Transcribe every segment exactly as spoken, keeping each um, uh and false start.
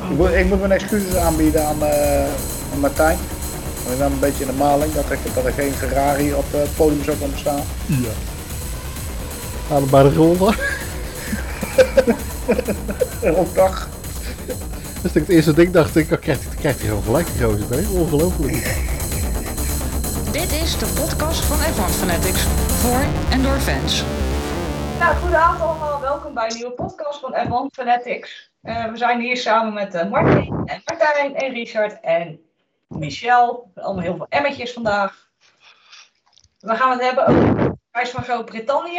Ik moet, ik moet mijn excuses aanbieden aan, uh, aan Martijn. Ik ben een beetje in de maling dat er, dat er geen Ferrari op het podium zou komen staan. Ja. Aan bij de rollen. Opdag. Dat is het eerste ding, dacht ik, dan krijgt hij, krijgt hij gewoon gelijk een gozer mee. Ongelooflijk. Dit is de podcast van F one Fanatics. Voor en door fans. Nou, goedenavond allemaal. Welkom bij een nieuwe podcast van F one Fanatics. Uh, we zijn hier samen met uh, Martin en Martijn en Richard en Michel. Allemaal heel veel emmetjes vandaag. We gaan het hebben over de reis van Groot-Brittannië.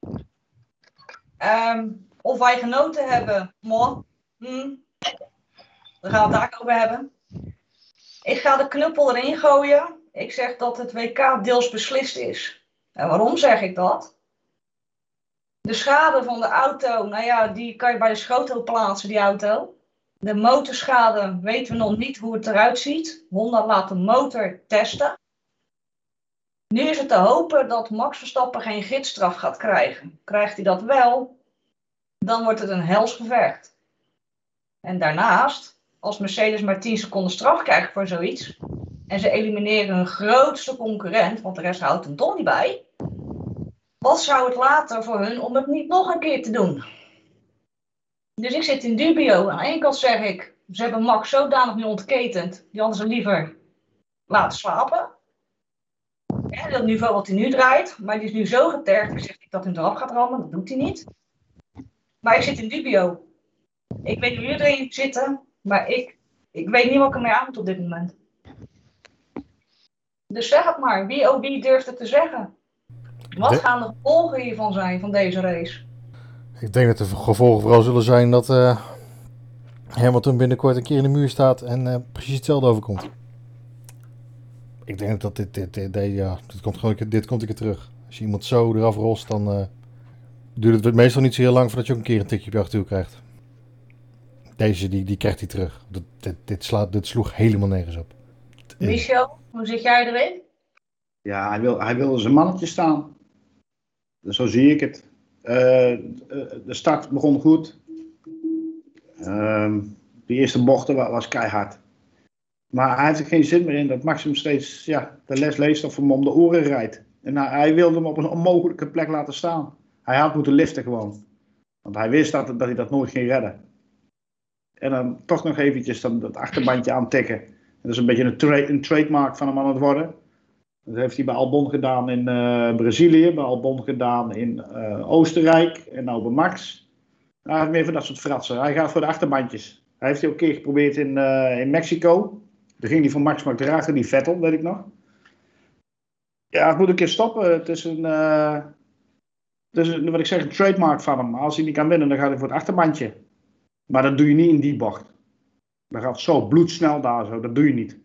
Um, of wij genoten hebben. Moi. Hmm. Daar gaan we het daar over hebben. Ik ga de knuppel erin gooien. Ik zeg dat het W K deels beslist is. En waarom zeg ik dat? De schade van de auto, nou ja, die kan je bij de schroothoop plaatsen, die auto. De motorschade weten we nog niet hoe het eruit ziet. Honda laat de motor testen. Nu is het te hopen dat Max Verstappen geen gidsstraf gaat krijgen. Krijgt hij dat wel, dan wordt het een hels gevecht. En daarnaast, als Mercedes maar tien seconden straf krijgt voor zoiets, en ze elimineren hun grootste concurrent, want de rest houdt hem toch niet bij, wat zou het later voor hun om het niet nog een keer te doen? Dus ik zit in dubio. Aan de ene kant zeg ik, ze hebben Max zodanig nu ontketend, die hadden ze liever laten slapen. Ja, dat niveau wat hij nu draait, maar die is nu zo getergd, ik zeg niet dat hij eraf gaat rammen, dat doet hij niet. Maar ik zit in dubio. Ik weet niet hoe jullie erin zitten, maar ik, ik weet niet wat ik ermee aan moet op dit moment. Dus zeg het maar, wie oh wie durft het te zeggen? Wat de... gaan de gevolgen hiervan zijn, van deze race? Ik denk dat de gevolgen vooral zullen zijn dat uh, Hamilton binnenkort een keer in de muur staat en uh, precies hetzelfde overkomt. Ik denk dat dit, dit, dit, dit, ja, dit komt gewoon dit komt een keer terug. Als je iemand zo eraf rost, dan uh, duurt het meestal niet zo heel lang voordat je ook een keer een tikje op je achterwiel krijgt. Deze, die, die krijgt hij terug. Dit, dit, dit, slaat, dit sloeg helemaal nergens op. Michel, hoe zit jij erin? Ja, hij wil, hij wil zijn mannetje staan. Zo zie ik het. Uh, de start begon goed. Uh, de eerste bochten was keihard. Maar hij heeft er geen zin meer in dat Max hem steeds ja, de les leest of hem om de oren rijdt. En hij, hij wilde hem op een onmogelijke plek laten staan. Hij had moeten liften gewoon. Want hij wist dat, dat hij dat nooit ging redden. En dan toch nog eventjes dat, dat achterbandje aantikken. Dat is een beetje een, tra- een trademark van hem aan het worden. Dat heeft hij bij Albon gedaan in uh, Brazilië, bij Albon gedaan in uh, Oostenrijk en nou bij Max. Nou, hij heeft meer van dat soort fratsen. Hij gaat voor de achterbandjes. Hij heeft hij ook een keer geprobeerd in, uh, in Mexico. Toen ging hij van Max maar erachter, die Vettel, weet ik nog. Ja, het moet een keer stoppen. Het is een, uh, het is een, wat ik zeg, een trademark van hem. Als hij niet kan winnen, dan gaat hij voor het achterbandje. Maar dat doe je niet in die bocht. Dat gaat zo bloedsnel daar zo, dat doe je niet.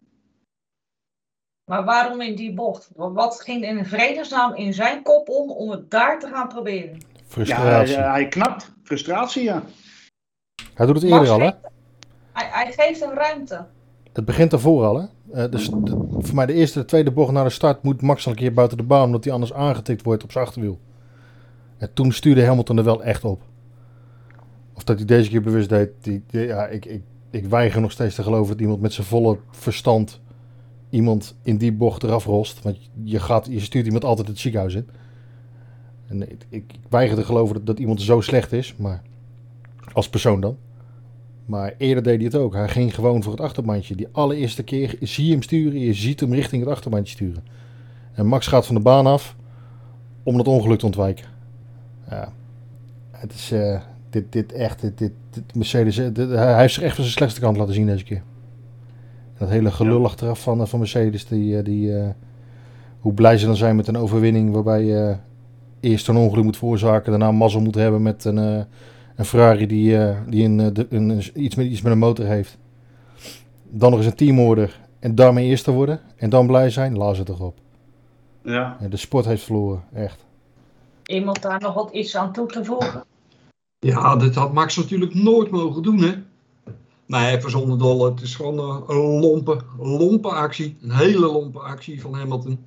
Maar waarom in die bocht? Wat ging in vredesnaam in zijn kop om, om het daar te gaan proberen? Frustratie. Ja, hij, hij knapt. Frustratie, ja. Hij doet het eerder al, hè? Hij, hij geeft hem ruimte. Het begint ervoor al, hè? Uh, dus de, voor mij de eerste en tweede bocht na de start moet Max al een keer buiten de baan, omdat hij anders aangetikt wordt op zijn achterwiel. En toen stuurde Hamilton er wel echt op. Of dat hij deze keer bewust deed, die, die, ja, ik, ik, ik weiger nog steeds te geloven dat iemand met zijn volle verstand iemand in die bocht eraf rost. Want je, gaat, je stuurt iemand altijd het ziekenhuis in. En ik, ik, ik weiger te geloven dat, dat iemand zo slecht is, maar als persoon dan. Maar eerder deed hij het ook. Hij ging gewoon voor het achterbandje. Die allereerste keer zie je hem sturen, je ziet hem richting het achterbandje sturen. En Max gaat van de baan af om dat ongeluk te ontwijken. Ja, het is uh, dit, dit echt, dit, dit, dit Mercedes, dit, hij heeft zich echt van zijn slechtste kant laten zien deze keer. Dat hele gelul ja. achteraf van, van Mercedes, die, die, uh, hoe blij ze dan zijn met een overwinning waarbij je uh, eerst een ongeluk moet veroorzaken, daarna mazzel moet hebben met een, uh, een Ferrari die, uh, die een, een, een, een, iets, met, iets met een motor heeft. Dan nog eens een teamorder en daarmee eerste worden en dan blij zijn, laat ze toch op. Ja. Ja, de sport heeft verloren, echt. Iemand daar nog wat iets aan toe te voegen? Ja, dit had Max natuurlijk nooit mogen doen, hè. Nee, even zonder dolle. Het is gewoon een, een lompe, lompe actie. Een hele lompe actie van Hamilton.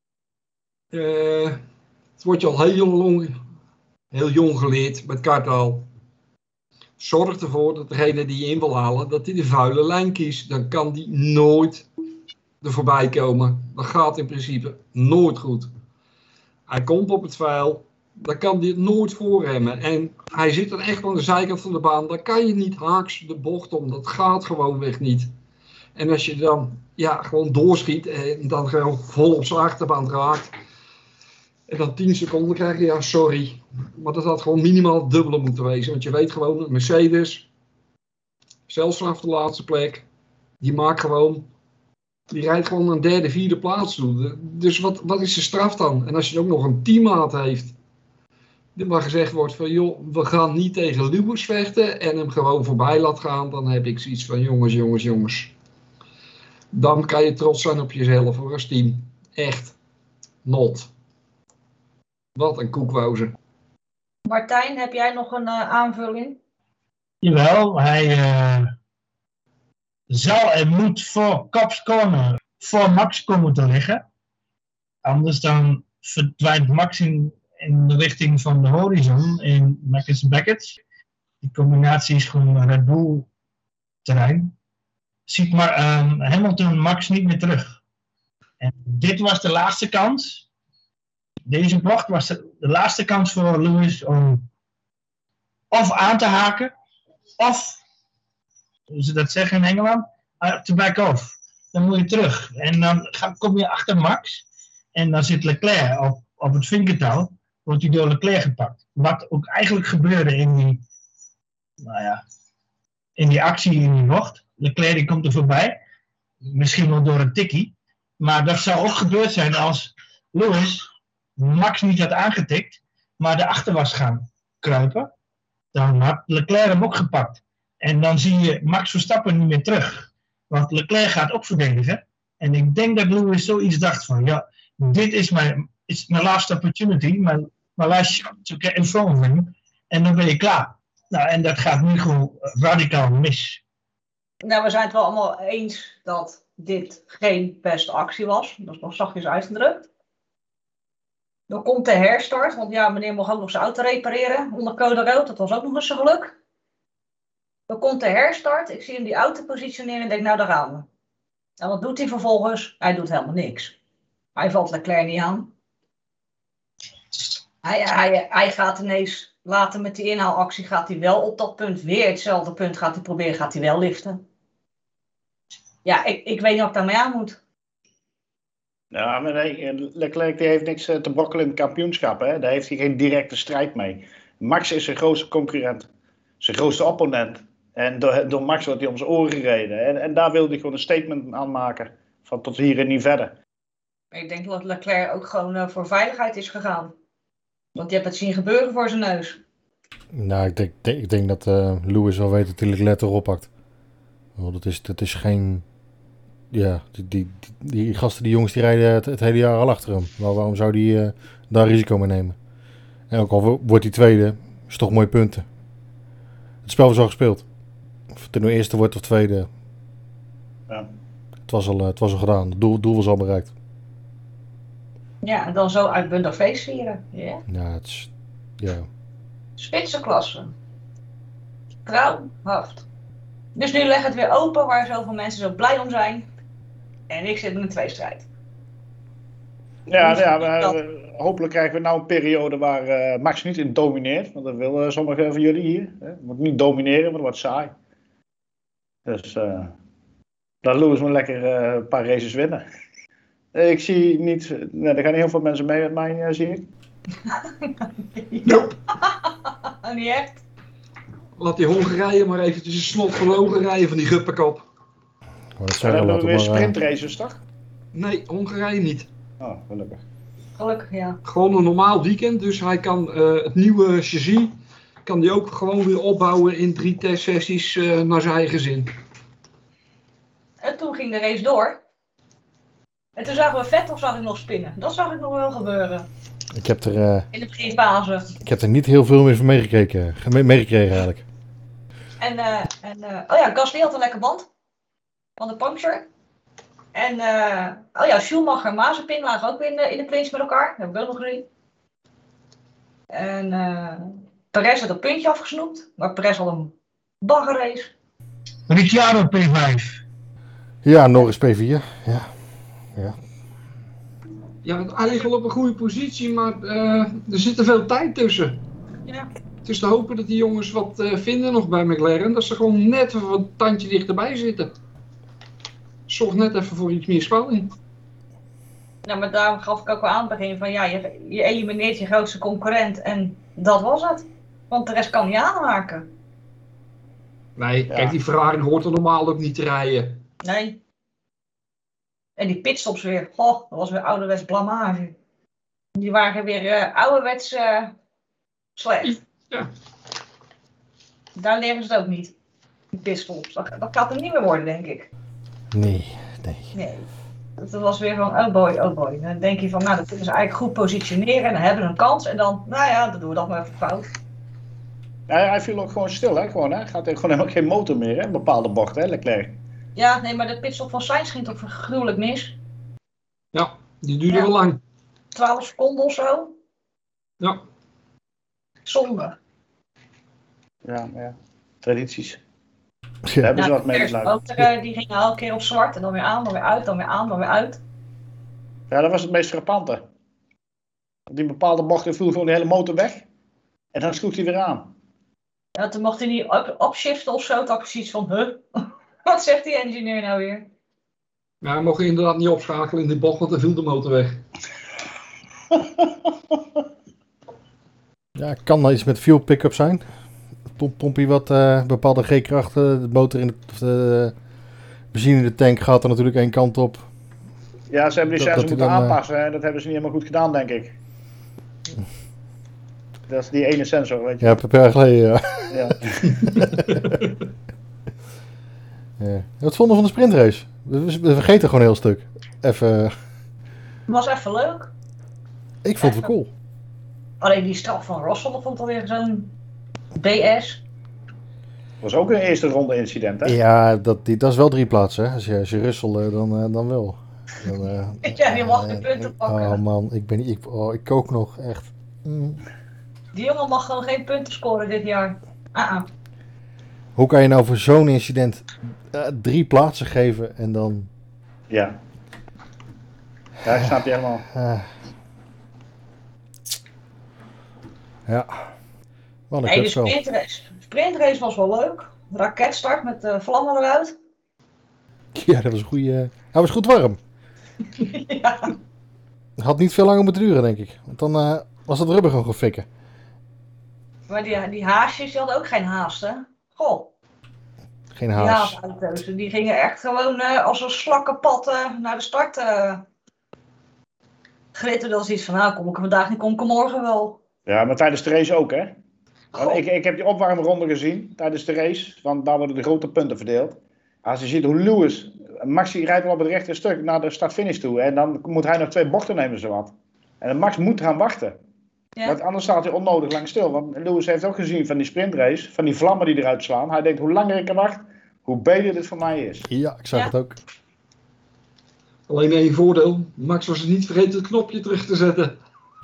Uh, het wordt je al heel jong, heel jong geleerd met kartal. Zorg ervoor dat degene die je in wil halen, dat hij de vuile lijn kiest. Dan kan die nooit er voorbij komen. Dat gaat in principe nooit goed. Hij komt op het vuil, dan kan hij het nooit voorremmen. En hij zit dan echt aan de zijkant van de baan. Dan kan je niet haaks de bocht om. Dat gaat gewoonweg niet. En als je dan ja, gewoon doorschiet en dan gewoon vol op zijn achterbaan raakt. En dan tien seconden krijg je, ja sorry. Maar dat had gewoon minimaal het dubbele moeten wezen. Want je weet gewoon, een Mercedes, zelfs vanaf de laatste plek, die maakt gewoon, die rijdt gewoon een derde, vierde plaats toe. Dus wat, wat is de straf dan? En als je ook nog een teammaat heeft, waar gezegd wordt van joh, we gaan niet tegen Lewis vechten en hem gewoon voorbij laat gaan, dan heb ik zoiets van jongens, jongens, jongens. Dan kan je trots zijn op jezelf hoor, als team. Echt. Not. Wat een koekwoze. Martijn, heb jij nog een uh, aanvulling? Jawel, hij uh, zal en moet voor Kops Corner voor Max komen te liggen. Anders dan verdwijnt Max in, in de richting van de horizon in Max Beckett. Die combinatie is gewoon Red Bull terrein. Ziet maar um, Hamilton Max niet meer terug. En dit was de laatste kans. Deze bocht was de, de laatste kans voor Lewis om of aan te haken, of, hoe ze dat zeggen in Engeland, uh, to back off. Dan moet je terug. En dan ga, kom je achter Max. En dan zit Leclerc op, op het vinkertouw. Wordt hij door Leclerc gepakt. Wat ook eigenlijk gebeurde in die, nou ja, in die actie in die bocht. Leclerc die komt er voorbij. Misschien wel door een tikkie. Maar dat zou ook gebeurd zijn als Lewis Max niet had aangetikt, maar erachter was gaan kruipen. Dan had Leclerc hem ook gepakt. En dan zie je Max Verstappen niet meer terug. Want Leclerc gaat ook verdedigen. En ik denk dat Lewis zoiets dacht van, ja, dit is mijn, is mijn last opportunity, mijn, mijn last shot to get in front of him. En dan ben je klaar. Nou, en dat gaat nu gewoon radicaal mis. Nou, we zijn het wel allemaal eens dat dit geen beste actie was. Dat is nog zachtjes uitgedrukt. Dan komt de herstart, want ja, meneer mocht ook nog zijn auto repareren onder code rood. Dat was ook nog eens zijn geluk. Dan komt de herstart, ik zie hem die auto positioneren en denk, nou daar gaan we. En wat doet hij vervolgens? Hij doet helemaal niks. Hij valt Leclerc niet aan. Hij, hij, hij gaat ineens, later met die inhaalactie, gaat hij wel op dat punt, weer hetzelfde punt gaat hij proberen, gaat hij wel liften. Ja, ik, ik weet niet wat ik daarmee aan moet. Ja, maar nee, Leclerc die heeft niks te brokkelen in het kampioenschap. Hè? Daar heeft hij geen directe strijd mee. Max is zijn grootste concurrent. Zijn grootste opponent. En door, door Max wordt hij om zijn oren gereden. En, en daar wilde hij gewoon een statement aan maken. Van tot hier en niet verder. Ik denk dat Leclerc ook gewoon uh, voor veiligheid is gegaan. Want je hebt het zien gebeuren voor zijn neus. Nou, ik denk, denk, ik denk dat uh, Lewis wel weet dat hij Leclerc erop pakt. Oh, dat, is, dat is geen... Ja, die, die, die, die gasten, die jongens, die rijden het, het hele jaar al achter hem. Maar waarom zou die uh, daar risico mee nemen? En ook al wordt die tweede, is toch mooie punten. Het spel was al gespeeld. Of het er nu eerste wordt of tweede. Ja. Het was al, uh, het was al gedaan. Het doel, doel was al bereikt. Ja, en dan zo uitbundig feest vieren. Yeah. Ja, het is... Ja. Spitsenklasse. Trouwhaft. Dus nu leg het weer open waar zoveel mensen zo blij om zijn. En ik zit in een tweestrijd. Ja, ja maar, uh, hopelijk krijgen we nou een periode waar uh, Max niet in domineert. Want dat willen uh, sommigen van jullie hier. Hè? Het moet niet domineren, maar het wordt saai. Dus uh, laat Lewis maar lekker uh, een paar races winnen. Ik zie niet... Nee, er gaan heel veel mensen mee met mij, uh, zie ik. Nope. Niet echt. Laat die Hongarije maar eventjes een slot verlogen rijden van die guppenkop. Oh, dat En dan doen we weer maar, sprintraces, toch? Nee, Hongarije niet. Oh, gelukkig. Gelukkig, ja. Gewoon een normaal weekend, dus hij kan uh, het nieuwe chassis, kan die ook gewoon weer opbouwen in drie testsessies uh, naar zijn eigen zin. En toen ging de race door. En toen zagen we Vettel zag ik nog spinnen. Dat zag ik nog wel gebeuren. Ik heb er, uh, In de beginfase. ik heb er niet heel veel meer van meegekregen, meegekregen eigenlijk. En, uh, en uh, oh ja, Gasly had een lekker band. Van de puncture. En, uh, oh ja, Schumacher en Mazepin lagen ook weer in de, in de clinch met elkaar. Dat heb ik ook nog gezien. En uh, Perez had een puntje afgesnoept. Maar Perez had een Baggerrace. Ricciardo P vijf. Ja, Norris P vier. Ja. Ja. Ja, want hij ligt wel op een goede positie, maar uh, er zit te veel tijd tussen. Ja. Het is te hopen dat die jongens wat uh, vinden nog bij McLaren. Dat ze gewoon net even een tandje dichterbij zitten. Zorg net even voor iets meer spanning. Nou, maar daarom gaf ik ook al aan het begin van ja, je, je elimineert je grootste concurrent en dat was het. Want de rest kan niet aanhaken. Nee, Ja. kijk, die Ferrari hoort er normaal ook niet te rijden. Nee. En die pitstops weer, goh, dat was weer ouderwets blamage. Die waren weer uh, ouderwets uh, slecht. Ja. Daar leren ze het ook niet. Die pitstops. Dat, dat gaat er niet meer worden, denk ik. Nee, nee. Nee. Dat was weer van, oh boy, oh boy. Dan denk je van, nou, dat kunnen ze eigenlijk goed positioneren en dan hebben ze een kans. En dan, nou ja, dan doen we dat maar even fout. Ja, hij viel ook gewoon stil, hè? Gewoon, hè? Gaat gewoon helemaal geen motor meer, hè? Een bepaalde bocht, hè, Leclerc? Ja, nee, maar de pitstop van Sainz ging toch gruwelijk mis. Ja, die duurde Ja. wel lang. twaalf seconden of zo. Ja. Zonde. Ja, maar ja. Tradities. Daar Ja. hebben ze Nou, wat mee de besluiten. motor, uh, die ging elke keer op zwart en dan weer aan, dan weer uit, dan weer aan, dan weer uit. Ja, dat was het meest frappante. Die bepaalde bochten viel gewoon de hele motor weg. En dan sloeg hij weer aan. Ja, toen mocht hij niet op, opshiften of zo. Toen had ik zoiets van, huh? Wat zegt die engineer nou weer? Ja, hij mocht inderdaad niet opschakelen in de bocht, want dan viel de motor weg. Ja, kan er iets met fuel pick-up zijn? Pomp, pomp je wat uh, bepaalde G-krachten, de motor in de, of de benzine in de tank gaat er natuurlijk één kant op. Ja, ze hebben die Dat- sensor dat moeten hij dan, uh, aanpassen. Hè? Dat hebben ze niet helemaal goed gedaan, denk ik. Dat is die ene sensor, weet je. Ja, een paar jaar geleden, ja. Ja. ja. Wat vonden we van de sprintrace? We, we we vergeten gewoon een heel stuk. Even, Was even leuk. ik vond het wel cool. Alleen die straf van Russell vond ik alweer zo'n B S. Was ook een eerste ronde incident, hè? Ja, dat, die, dat is wel drie plaatsen. Hè? Als je, als je Russel, uh, dan, uh, dan wel. Dan, uh, Ja, die mag de uh, punten pakken. Oh man, ik ben ik, oh, ik kook nog, echt. Mm. Die jongen mag gewoon geen punten scoren dit jaar. Ah, ah. Hoe kan je nou voor zo'n incident uh, drie plaatsen geven en dan... Ja. Ja, ik snap je helemaal. Uh, ja. Wat een Nee, de kutspel. sprintrace. De sprintrace was wel leuk. Raketstart met de vlammen eruit. Ja, dat was een goede. Hij was goed warm. Ja. Had niet veel langer moeten duren, denk ik. Want dan uh, was het rubber gewoon gaan fikken. Maar die, die haasjes die hadden ook geen haast, hè? Goh, Geen die haas. haasauto's. Die gingen echt gewoon uh, als een slakkenpad uh, naar de start uh, gritten. Dat is iets van, nou kom ik er vandaag niet, kom ik er morgen wel. Ja, maar tijdens de race ook, hè? Want Goh. ik, ik heb die opwarmronde gezien tijdens de race. Want daar worden de grote punten verdeeld. Als je ziet hoe Lewis, Max die rijdt wel op het rechte stuk naar de start-finish toe. En dan moet hij nog twee bochten nemen, zowat. En Max moet gaan wachten. Ja. Want anders staat hij onnodig lang stil. Want Lewis heeft ook gezien van die sprintrace, van die vlammen die eruit slaan. Hij denkt, hoe langer ik er wacht, hoe beter dit voor mij is. Ja, ik zag Ja. het ook. Alleen één voordeel. Max was niet vergeten het knopje terug te zetten.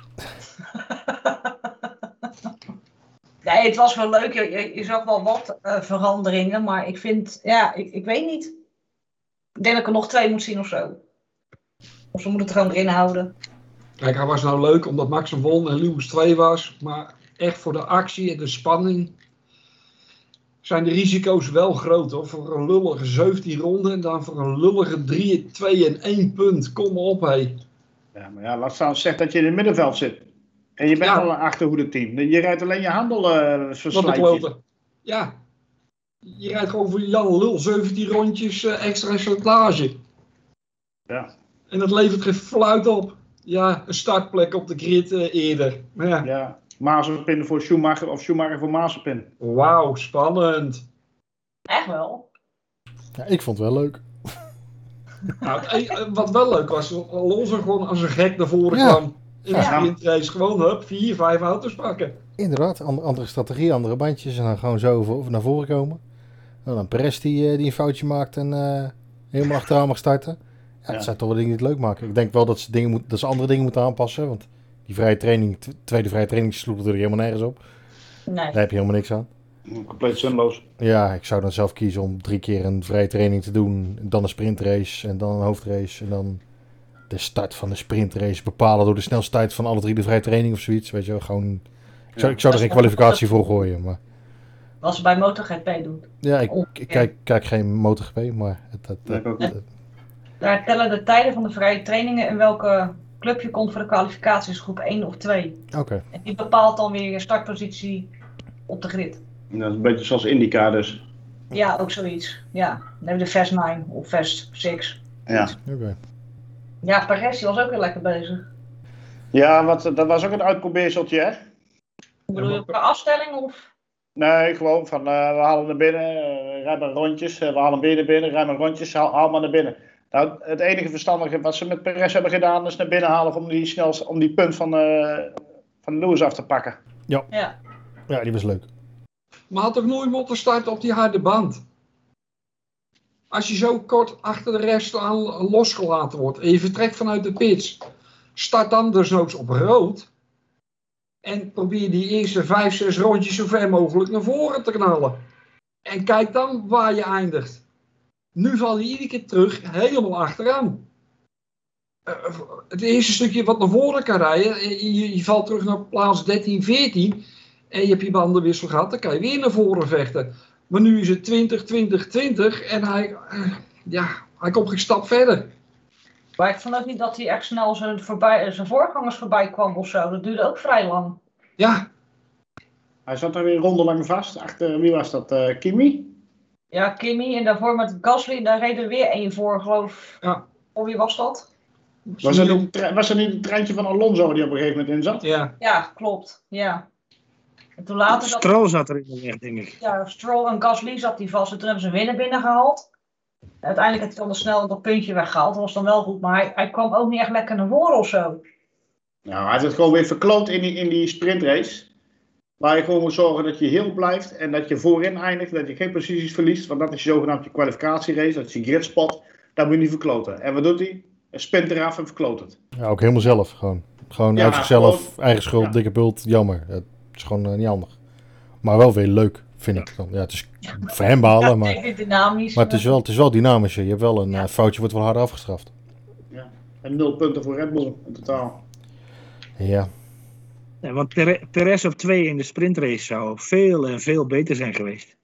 Nee, het was wel leuk. Je, je, je zag wel wat uh, veranderingen. Maar ik vind, ja, ik, ik weet niet. Ik denk dat ik er nog twee moet zien of zo. Of ze moeten het gewoon erin houden. Kijk, hij was nou leuk omdat Max hem won en Lewis twee was. Maar echt voor de actie en de spanning zijn de risico's wel groot, hoor. Voor een lullige zeventien ronden en dan voor een lullige drie, twee en één punt. Kom maar op, hé. Ja, maar ja, laat staan, zeg dat je in het middenveld zit. En je bent Ja. al een achterhoede-team. Je rijdt alleen je handel uh, Wat een verslijt je. klote. Ja. Je rijdt gewoon voor Jan Lul zeventien rondjes uh, extra slijtage. Ja. En dat levert geen fluit op. Ja, een startplek op de grid uh, eerder. Maar ja, Ja. Mazepin voor Schumacher of Schumacher voor Mazepin. wauw, spannend. Echt wel. Ja, ik vond het wel leuk. Nou, het e- wat wel leuk was, Alonso gewoon als een gek naar voren Ja. kwam. In de Ja. sprintrace gewoon, hup, vier, vijf auto's pakken. Inderdaad, andere, andere strategie, andere bandjes en dan gewoon zo voor, naar voren komen. En dan Perez die, uh, die een foutje maakt en uh, helemaal achteraan mag starten. Ja, dat Ja. zijn toch wel dingen die het leuk maken. Ik denk wel dat ze, dingen moet, dat ze andere dingen moeten aanpassen. Want die vrije training, t- tweede vrije training sloeg natuurlijk helemaal nergens op. Nee. Daar heb je helemaal niks aan. Compleet zinloos. Ja, ik zou dan zelf kiezen om drie keer een vrije training te doen. Dan een sprintrace en dan een hoofdrace. En dan de start van de sprintrace bepalen door de snelste tijd van alle drie de vrije training of zoiets. Weet je wel, gewoon... Ik zou, ik zou er geen kwalificatie voor gooien, maar... Wat ze bij MotoGP doen. Ja, ik, ik kijk, kijk geen MotoGP, maar... Het, het, Nee, ik ook niet. het- Daar tellen de tijden van de vrije trainingen en welke club je komt voor de kwalificaties, groep één of twee. Oké. En die bepaalt dan weer je startpositie op de grid. Dat is een beetje zoals IndyCar dus. Ja, ook zoiets. Ja, dan heb je de Fast negen of Fast zes. Ja, Oké. Ja, Perez die was ook weer lekker bezig. ja wat, dat was ook een uitprobeerseltje, hè? Hoe bedoel je, qua afstelling of? Nee, gewoon van uh, we halen naar binnen, uh, rij maar rondjes, uh, we halen weer naar binnen, rij maar rondjes, haal, haal maar naar binnen. Nou, het enige verstandige wat ze met Perez hebben gedaan is naar binnen halen om die, snelste, om die punt van, uh, van Lewis af te pakken. Ja. Ja, die was leuk. Maar had toch nooit moeten starten op die harde band? Als je zo kort achter de rest aan losgelaten wordt en je vertrekt vanuit de pits, start dan dus noods op rood. En probeer die eerste vijf, zes rondjes zo ver mogelijk naar voren te knallen. En kijk dan waar je eindigt. Nu val je iedere keer terug helemaal achteraan. Uh, het eerste stukje wat naar voren kan rijden, je, je valt terug naar plaats dertien, veertien. En je hebt je bandenwissel gehad, dan kan je weer naar voren vechten. Maar nu is het twintig, twintig, twintig en hij, uh, ja, hij komt geen stap verder. Maar ik vond ook niet dat hij echt snel zijn, voorbij, zijn voorgangers voorbij kwam of zo. Dat duurde ook vrij lang. Ja, Hij zat er weer rondelang vast, achter, wie was dat, uh, Kimi? Ja, Kimi en daarvoor met Gasly, daar reden weer één voor, geloof ik. Ja. Voor wie was dat? Was er, niet, was er niet het treintje van Alonso die op een gegeven moment in zat? Ja. Ja, klopt. Ja. En toen later zat Stroll zat er in de weg, denk ik. ja, Stroll en Gasly zat die vast. En toen hebben ze een winnaar binnengehaald. Uiteindelijk heeft hij dan snel dat puntje weggehaald. Dat was dan wel goed. Maar hij, hij kwam ook niet echt lekker naar voren of zo. Nou, hij heeft het gewoon weer verkloot in die, in die sprintrace. Waar je gewoon moet zorgen dat je heel blijft en dat je voorin eindigt, dat je geen posities verliest. Want dat is je zogenaamd je kwalificatierace, dat is je gridspot. Dat moet je niet verkloten. En wat doet hij? Hij spint eraf en verkloot het. Ja, ook helemaal zelf. Gewoon, gewoon Ja, uit zichzelf, gewoon- eigen schuld, ja. dikke bult, jammer. Het is gewoon uh, niet handig. Maar wel weer leuk, vind ik. Ja, het is voor hem balen, Ja, maar, even dynamisch. maar het, is wel, het is wel dynamischer. Je hebt wel een uh, foutje, wordt wel harder afgestraft. En nul punten voor Red Bull in totaal. Ja, Ja, want Pere- Perez op twee in de sprintrace zou veel en veel beter zijn geweest.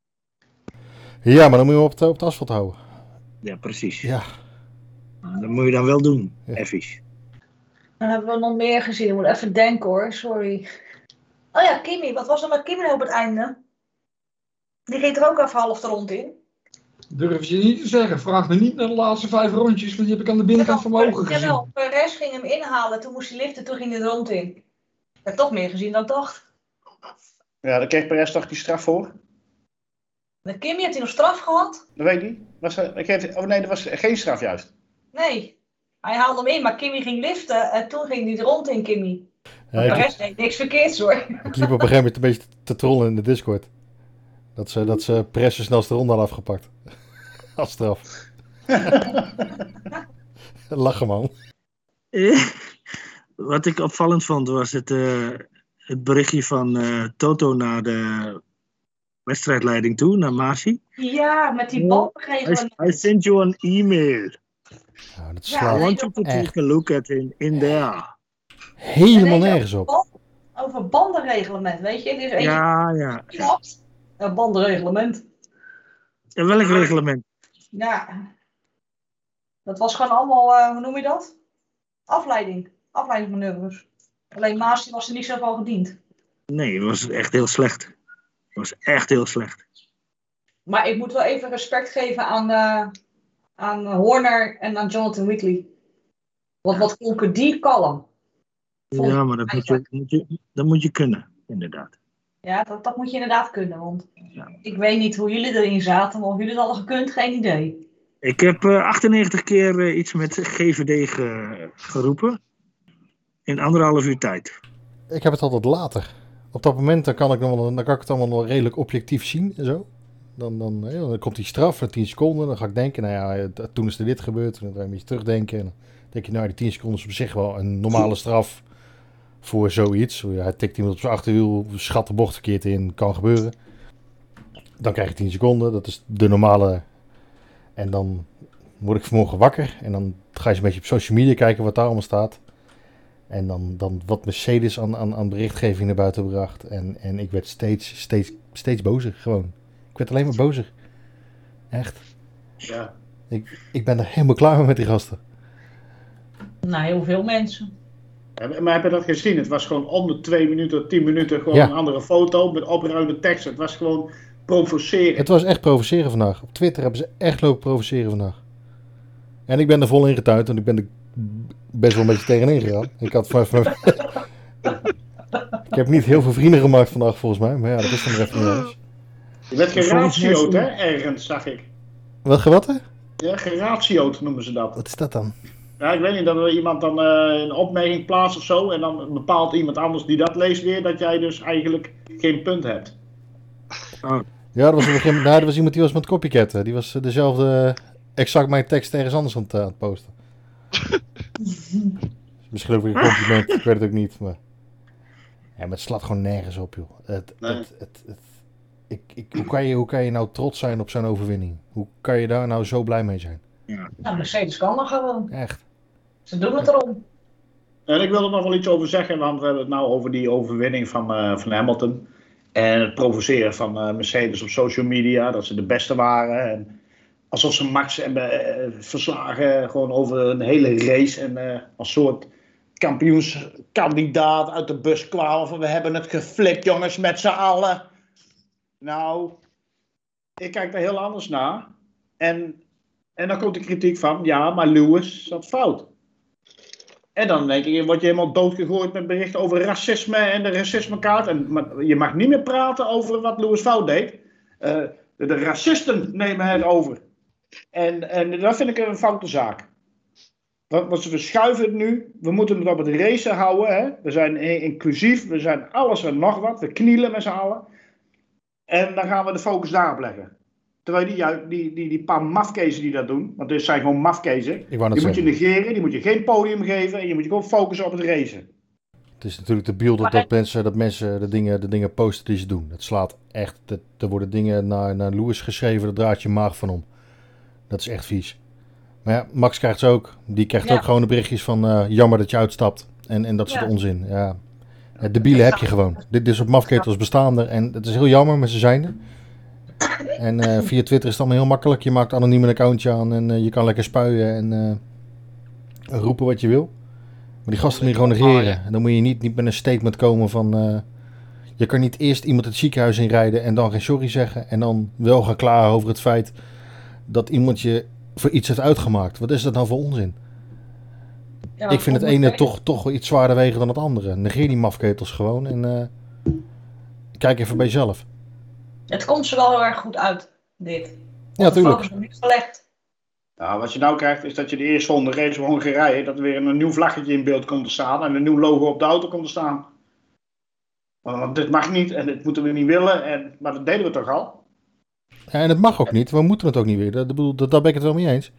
ja maar dan moet je hem op, het- op het asfalt houden. Ja, precies. Ja, Dat moet je dan wel doen, Ja. effies. Dan hebben we nog meer gezien. Ik moet even denken hoor, sorry. Oh ja, Kimi. Wat was er met Kimi op het einde? Die reed er ook even half de rond in. Durf je niet te zeggen. Vraag me niet naar de laatste vijf rondjes, want die heb ik aan de binnenkant van mijn ogen gezien. Jawel, Perez ging hem inhalen. Toen moest hij liften, toen ging hij er rond in. Ik heb toch meer gezien dan ik dacht. Ja, daar kreeg Perez toch die straf voor? Met Kimi heeft hij nog straf gehad? Dat weet ik niet. Was er, ik geef, oh nee, dat was geen straf juist. Nee. Hij haalde hem in, maar Kimi ging liften en toen ging hij er rond in, Kimi. ja ik, Perez deed niks verkeerds hoor. ik liep op een gegeven moment een beetje te trollen in de Discord. Dat ze, dat ze Perez de snelste ronde hadden afgepakt. Als straf. Lachen man. Eh, Wat ik opvallend vond was het, eh, het berichtje van eh, Toto naar de wedstrijdleiding toe, naar Masi. Ja, met die I, balregelen. I sent you an email. Ja, dat Ja, slaat I nee, want you to echt. take a look at in, in there. helemaal Nee, nergens op. Over bandenreglement, weet je? Er is eentje Ja, ja. klapt. Een bandenreglement. En welk reglement? Ja. Dat was gewoon allemaal, eh, hoe noem je dat? Afleiding. Afleidingsmanoeuvres. Alleen Maas die was er niet zo van gediend. Nee, het was echt heel slecht. Het was echt heel slecht. Maar ik moet wel even respect geven aan, eh, aan Horner en aan Jonathan Whitley. Want wat klonken die kalm. Vond Ja, ik maar dat moet je, moet je, dat moet je kunnen, inderdaad. Ja, dat, dat moet je inderdaad kunnen. Want Ja. ik weet niet hoe jullie erin zaten, maar of jullie het hadden gekund, geen idee. Ik heb eh, achtennegentig keer eh, iets met G V D ge- geroepen. In anderhalf uur tijd. Ik heb het altijd later. Op dat moment dan kan ik, nog wel, dan kan ik het allemaal nog redelijk objectief zien en zo. Dan, dan, hè, dan komt die straf na tien seconden. Dan ga ik denken, nou ja, eh, toen is er dit gebeurd. En dan ga je een beetje terugdenken. En dan denk je, nou die tien seconden is op zich wel een normale straf voor zoiets. Hij tikt iemand op zijn achterwiel, schat de bocht verkeerd in, kan gebeuren. Dan krijg je tien seconden, dat is de normale. En dan word ik vanmorgen wakker. En dan ga je eens een beetje op social media kijken wat daar allemaal staat. En dan, dan wat Mercedes aan, aan, aan berichtgeving naar buiten bracht. En, en ik werd steeds, steeds, steeds bozer, gewoon. Ik werd alleen maar bozer. Echt. Ja. Ik, ik ben er helemaal klaar mee met die gasten. Nou, heel veel mensen. Maar heb je dat gezien? Het was gewoon om de twee minuten, tien minuten gewoon Ja. een andere foto met opruimde tekst. Het was gewoon provoceren. Het was echt provoceren vandaag. Op Twitter hebben ze echt lopen provoceren vandaag. En ik ben er vol in getuigd, want ik ben er best wel een beetje tegenin gegaan. Ik had van, van, ik heb niet heel veel vrienden gemaakt vandaag volgens mij, maar ja, dat is dan er even niet eens. Je werd geratio'd, hè? Ergens, zag ik. Wat gewatten? Ja, geratio'd noemen ze dat. Wat is dat dan? Ja, ik weet niet, dat er iemand dan uh, een opmerking plaatst of zo. En dan bepaalt iemand anders die dat leest weer dat jij dus eigenlijk geen punt hebt. Oh. Ja, dat was, op een gegeven moment, nou, dat was iemand die was met copycatten. Die was uh, dezelfde, uh, exact mijn tekst ergens anders aan het, uh, aan het posten. Misschien ook weer een compliment, ik weet het ook niet. Maar, ja, maar het slaat gewoon nergens op, joh. Het, Nee. het, het, het, ik, ik, hoe, kan je, hoe kan je nou trots zijn op zo'n overwinning? Hoe kan je daar nou zo blij mee zijn? Nou, Mercedes kan nog gewoon. Echt. Ze doen het erom. En ik wil er nog wel iets over zeggen, want we hebben het nou over die overwinning van, uh, van Hamilton. En het provoceren van uh, Mercedes op social media, dat ze de beste waren. En alsof ze Max hebben uh, verslagen, gewoon over een hele race. En uh, als soort kampioenskandidaat uit de bus kwamen van we hebben het geflikt jongens met z'n allen. Nou, ik kijk daar heel anders naar. En, en dan komt de kritiek van, ja, maar Lewis zat fout. En dan denk ik, word je helemaal doodgegooid met berichten over racisme en de racismekaart. En maar je mag niet meer praten over wat Lewis fout deed. Uh, de, de racisten nemen het over. En, en dat vind ik een foute zaak. Want, want ze verschuiven het nu. We moeten het op het racen houden. Hè? We zijn inclusief. We zijn alles en nog wat. We knielen met z'n allen. En dan gaan we de focus daarop leggen. Terwijl die, die, die, die paar mafkezen die dat doen, want dit zijn gewoon mafkezen, die moet zeggen. je negeren, die moet je geen podium geven en je moet je gewoon focussen op het racen. Het is natuurlijk de beeld dat, dat mensen, dat mensen de, dingen, de dingen posten die ze doen. Het slaat echt, het, er worden dingen naar, naar Lewis geschreven, daar draait je maag van om. Dat is echt vies. Maar ja, Max krijgt ze ook. Die krijgt ja. ook gewoon de berichtjes van uh, jammer dat je uitstapt en, en dat soort ja. onzin. Ja. Ja, debielen heb je gewoon. Dit, dit soort mafketels bestaan er en het is heel jammer, maar ze zijn er. En uh, via Twitter is het allemaal heel makkelijk. Je maakt anoniem een accountje aan en uh, je kan lekker spuien en uh, roepen wat je wil. Maar die gasten moet je gewoon negeren. En dan moet je niet, niet met een statement komen van... Uh, je kan niet eerst iemand het ziekenhuis inrijden en dan geen sorry zeggen. En dan wel gaan klagen over het feit dat iemand je voor iets heeft uitgemaakt. Wat is dat nou voor onzin? Ja, ik vind het ene toch, toch wel iets zwaarder wegen dan het andere. Negeer die mafketels gewoon en uh, kijk even bij jezelf. Het komt ze wel heel erg goed uit, dit. Ja, tuurlijk. Niet gelegd. Ja, wat je nou krijgt is dat je de eerste ronde race gewoon gaat rijden. Dat er weer een nieuw vlaggetje in beeld komt te staan. En een nieuw logo op de auto komt te staan. Want dit mag niet en dit moeten we niet willen. En, maar dat deden we toch al? Ja, en het mag ook niet. We moeten het ook niet weer. Dat, bedoel, dat, daar ben ik het wel mee eens.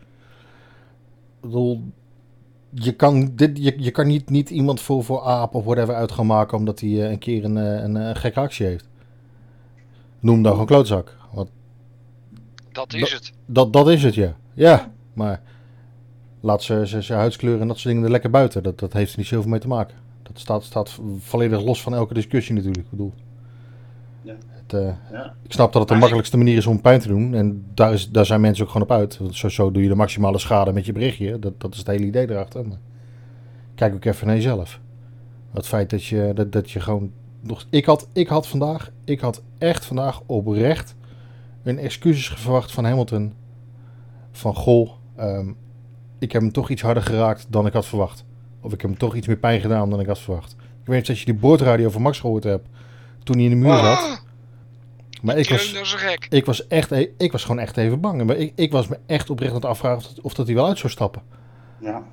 Ik bedoel, je kan, dit, je, je kan niet, niet iemand voor, voor aap of whatever uit gaan maken omdat hij uh, een keer een, een, een gekke actie heeft. Noem dan gewoon klootzak. Want dat is het. Dat, dat is het, ja. Ja, maar laat ze, ze, ze huidskleur en dat soort dingen er lekker buiten. Dat, dat heeft er niet zoveel mee te maken. Dat staat, staat volledig los van elke discussie natuurlijk. Ik bedoel, ja. het, uh, ja. Ik snap dat het de makkelijkste manier is om pijn te doen. En daar, is, daar zijn mensen ook gewoon op uit. Want zo, zo doe je de maximale schade met je berichtje. Dat, dat is het hele idee erachter. Maar kijk ook even naar jezelf. Het feit dat je, dat, dat je gewoon... Nog, ik, had, ik had vandaag, ik had echt vandaag oprecht een excuses verwacht van Hamilton. Van goh, um, ik heb hem toch iets harder geraakt dan ik had verwacht. Of ik heb hem toch iets meer pijn gedaan dan ik had verwacht. Ik weet niet of je die boordradio van Max gehoord hebt toen hij in de muur zat. Maar ik was, ik was echt, ik was gewoon echt even bang. Maar ik, ik was me echt oprecht aan het afvragen of dat, of dat hij wel uit zou stappen. Ja.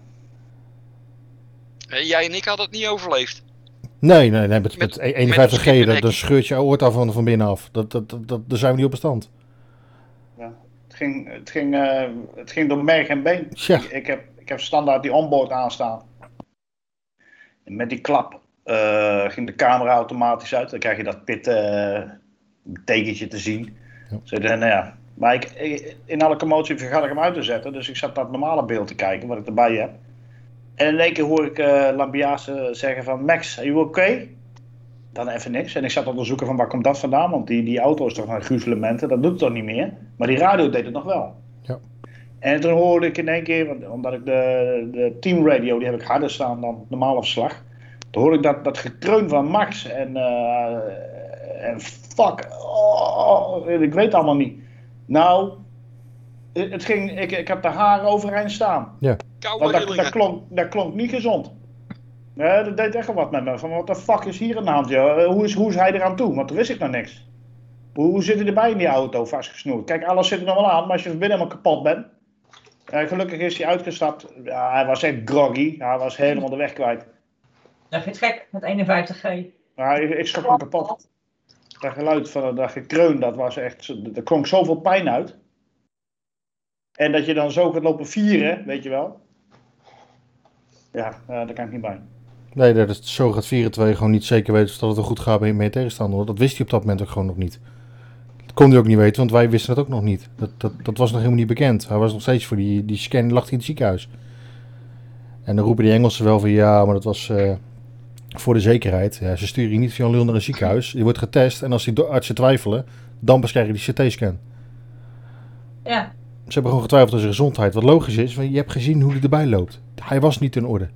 Jij en ik hadden het niet overleefd. Nee, nee, nee, met, met, met eenenvijftig G, dat, dan scheurt je oort af van, van binnenaf. Dat, dat, dat, dat, daar zijn we niet op bestand. Ja, het ging, het ging, uh, het ging door merg en been. Ja. Ik, ik, heb, ik heb standaard die onboard aanstaan. En met die klap uh, ging de camera automatisch uit. Dan krijg je dat pit uh, tekentje te zien. Ja. Dus, nou ja. Maar ik, ik, in alle commotie vergat ik hem uit te zetten. Dus ik zat naar het normale beeld te kijken, wat ik erbij heb. En in één keer hoor ik uh, Lambiase zeggen van... Max, are you okay? Dan even niks. En ik zat op te zoeken van waar komt dat vandaan? Want die, die auto is toch naar gruzelementen. Dat doet het toch niet meer? Maar die radio deed het nog wel. Ja. En toen hoorde ik in één keer... Want, omdat ik de, de teamradio, die heb ik harder staan dan normaal op slag. Toen hoorde ik dat, dat gekreun van Max. En, uh, en fuck. Oh, ik weet het allemaal niet. Nou... Het ging, ik, ik heb de haren overeind staan. Ja. Want dat, dat, klonk, dat klonk niet gezond. Nee, dat deed echt wel wat met me. Van wat de fuck is hier aan de hand, joh? Hoe is, hoe is hij eraan toe? Want toen wist ik nog niks. Hoe, hoe zit hij erbij in die auto vastgesnoerd? Kijk, alles zit er nog wel aan, maar als je van binnen helemaal kapot bent. Uh, gelukkig is hij uitgestapt. Ja, hij was echt groggy. Hij was helemaal de weg kwijt. Dat vind je het gek, met eenenvijftig G. Ja, ik, ik schrok hem kapot. Dat geluid van dat gekreun, dat was echt... Er klonk zoveel pijn uit. En dat je dan zo gaat lopen vieren, weet je wel. Ja, uh, daar kan ik niet bij. Nee, dat is zo gaat vieren terwijl je gewoon niet zeker weet of dat het goed gaat met je tegenstander. Hoor. Dat wist hij op dat moment ook gewoon nog niet. Dat kon hij ook niet weten, want wij wisten het ook nog niet. Dat, dat, dat was nog helemaal niet bekend. Hij was nog steeds voor die, die scan, lag hij in het ziekenhuis. En dan roepen die Engelsen wel van ja, maar dat was uh, voor de zekerheid. Ja, ze sturen je niet via een lul naar een ziekenhuis. Je wordt getest en als die artsen twijfelen, dan pas krijg je die C T-scan. Ja. Ze hebben gewoon getwijfeld aan zijn gezondheid. Wat logisch is, want je hebt gezien hoe hij erbij loopt. Hij was niet in orde.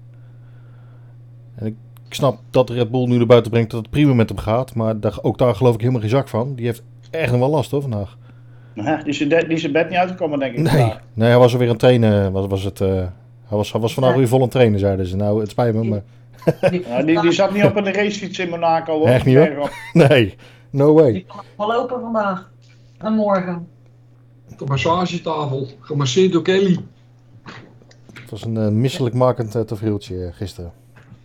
En ik, ik snap dat Red Bull nu naar buiten brengt dat het prima met hem gaat. Maar daar, ook daar geloof ik helemaal geen zak van. Die heeft echt nog wel last hoor vandaag. Ja, die, is de, die is er bed niet uitgekomen denk ik. Nee, nee hij was alweer aan het trainen. Was, was het, uh, hij, was, hij was vandaag weer vol aan het trainen zeiden ze. Nou, het spijt me, maar... Ja, die, die zat niet op een racefiets in Monaco. Hoor. Echt niet hoor? Nee, no way. Die kan wel lopen vandaag. En morgen. Op de massagetafel, gemasseerd door Kelly. Het was een uh, misselijkmakend uh, tafereeltje uh, gisteren.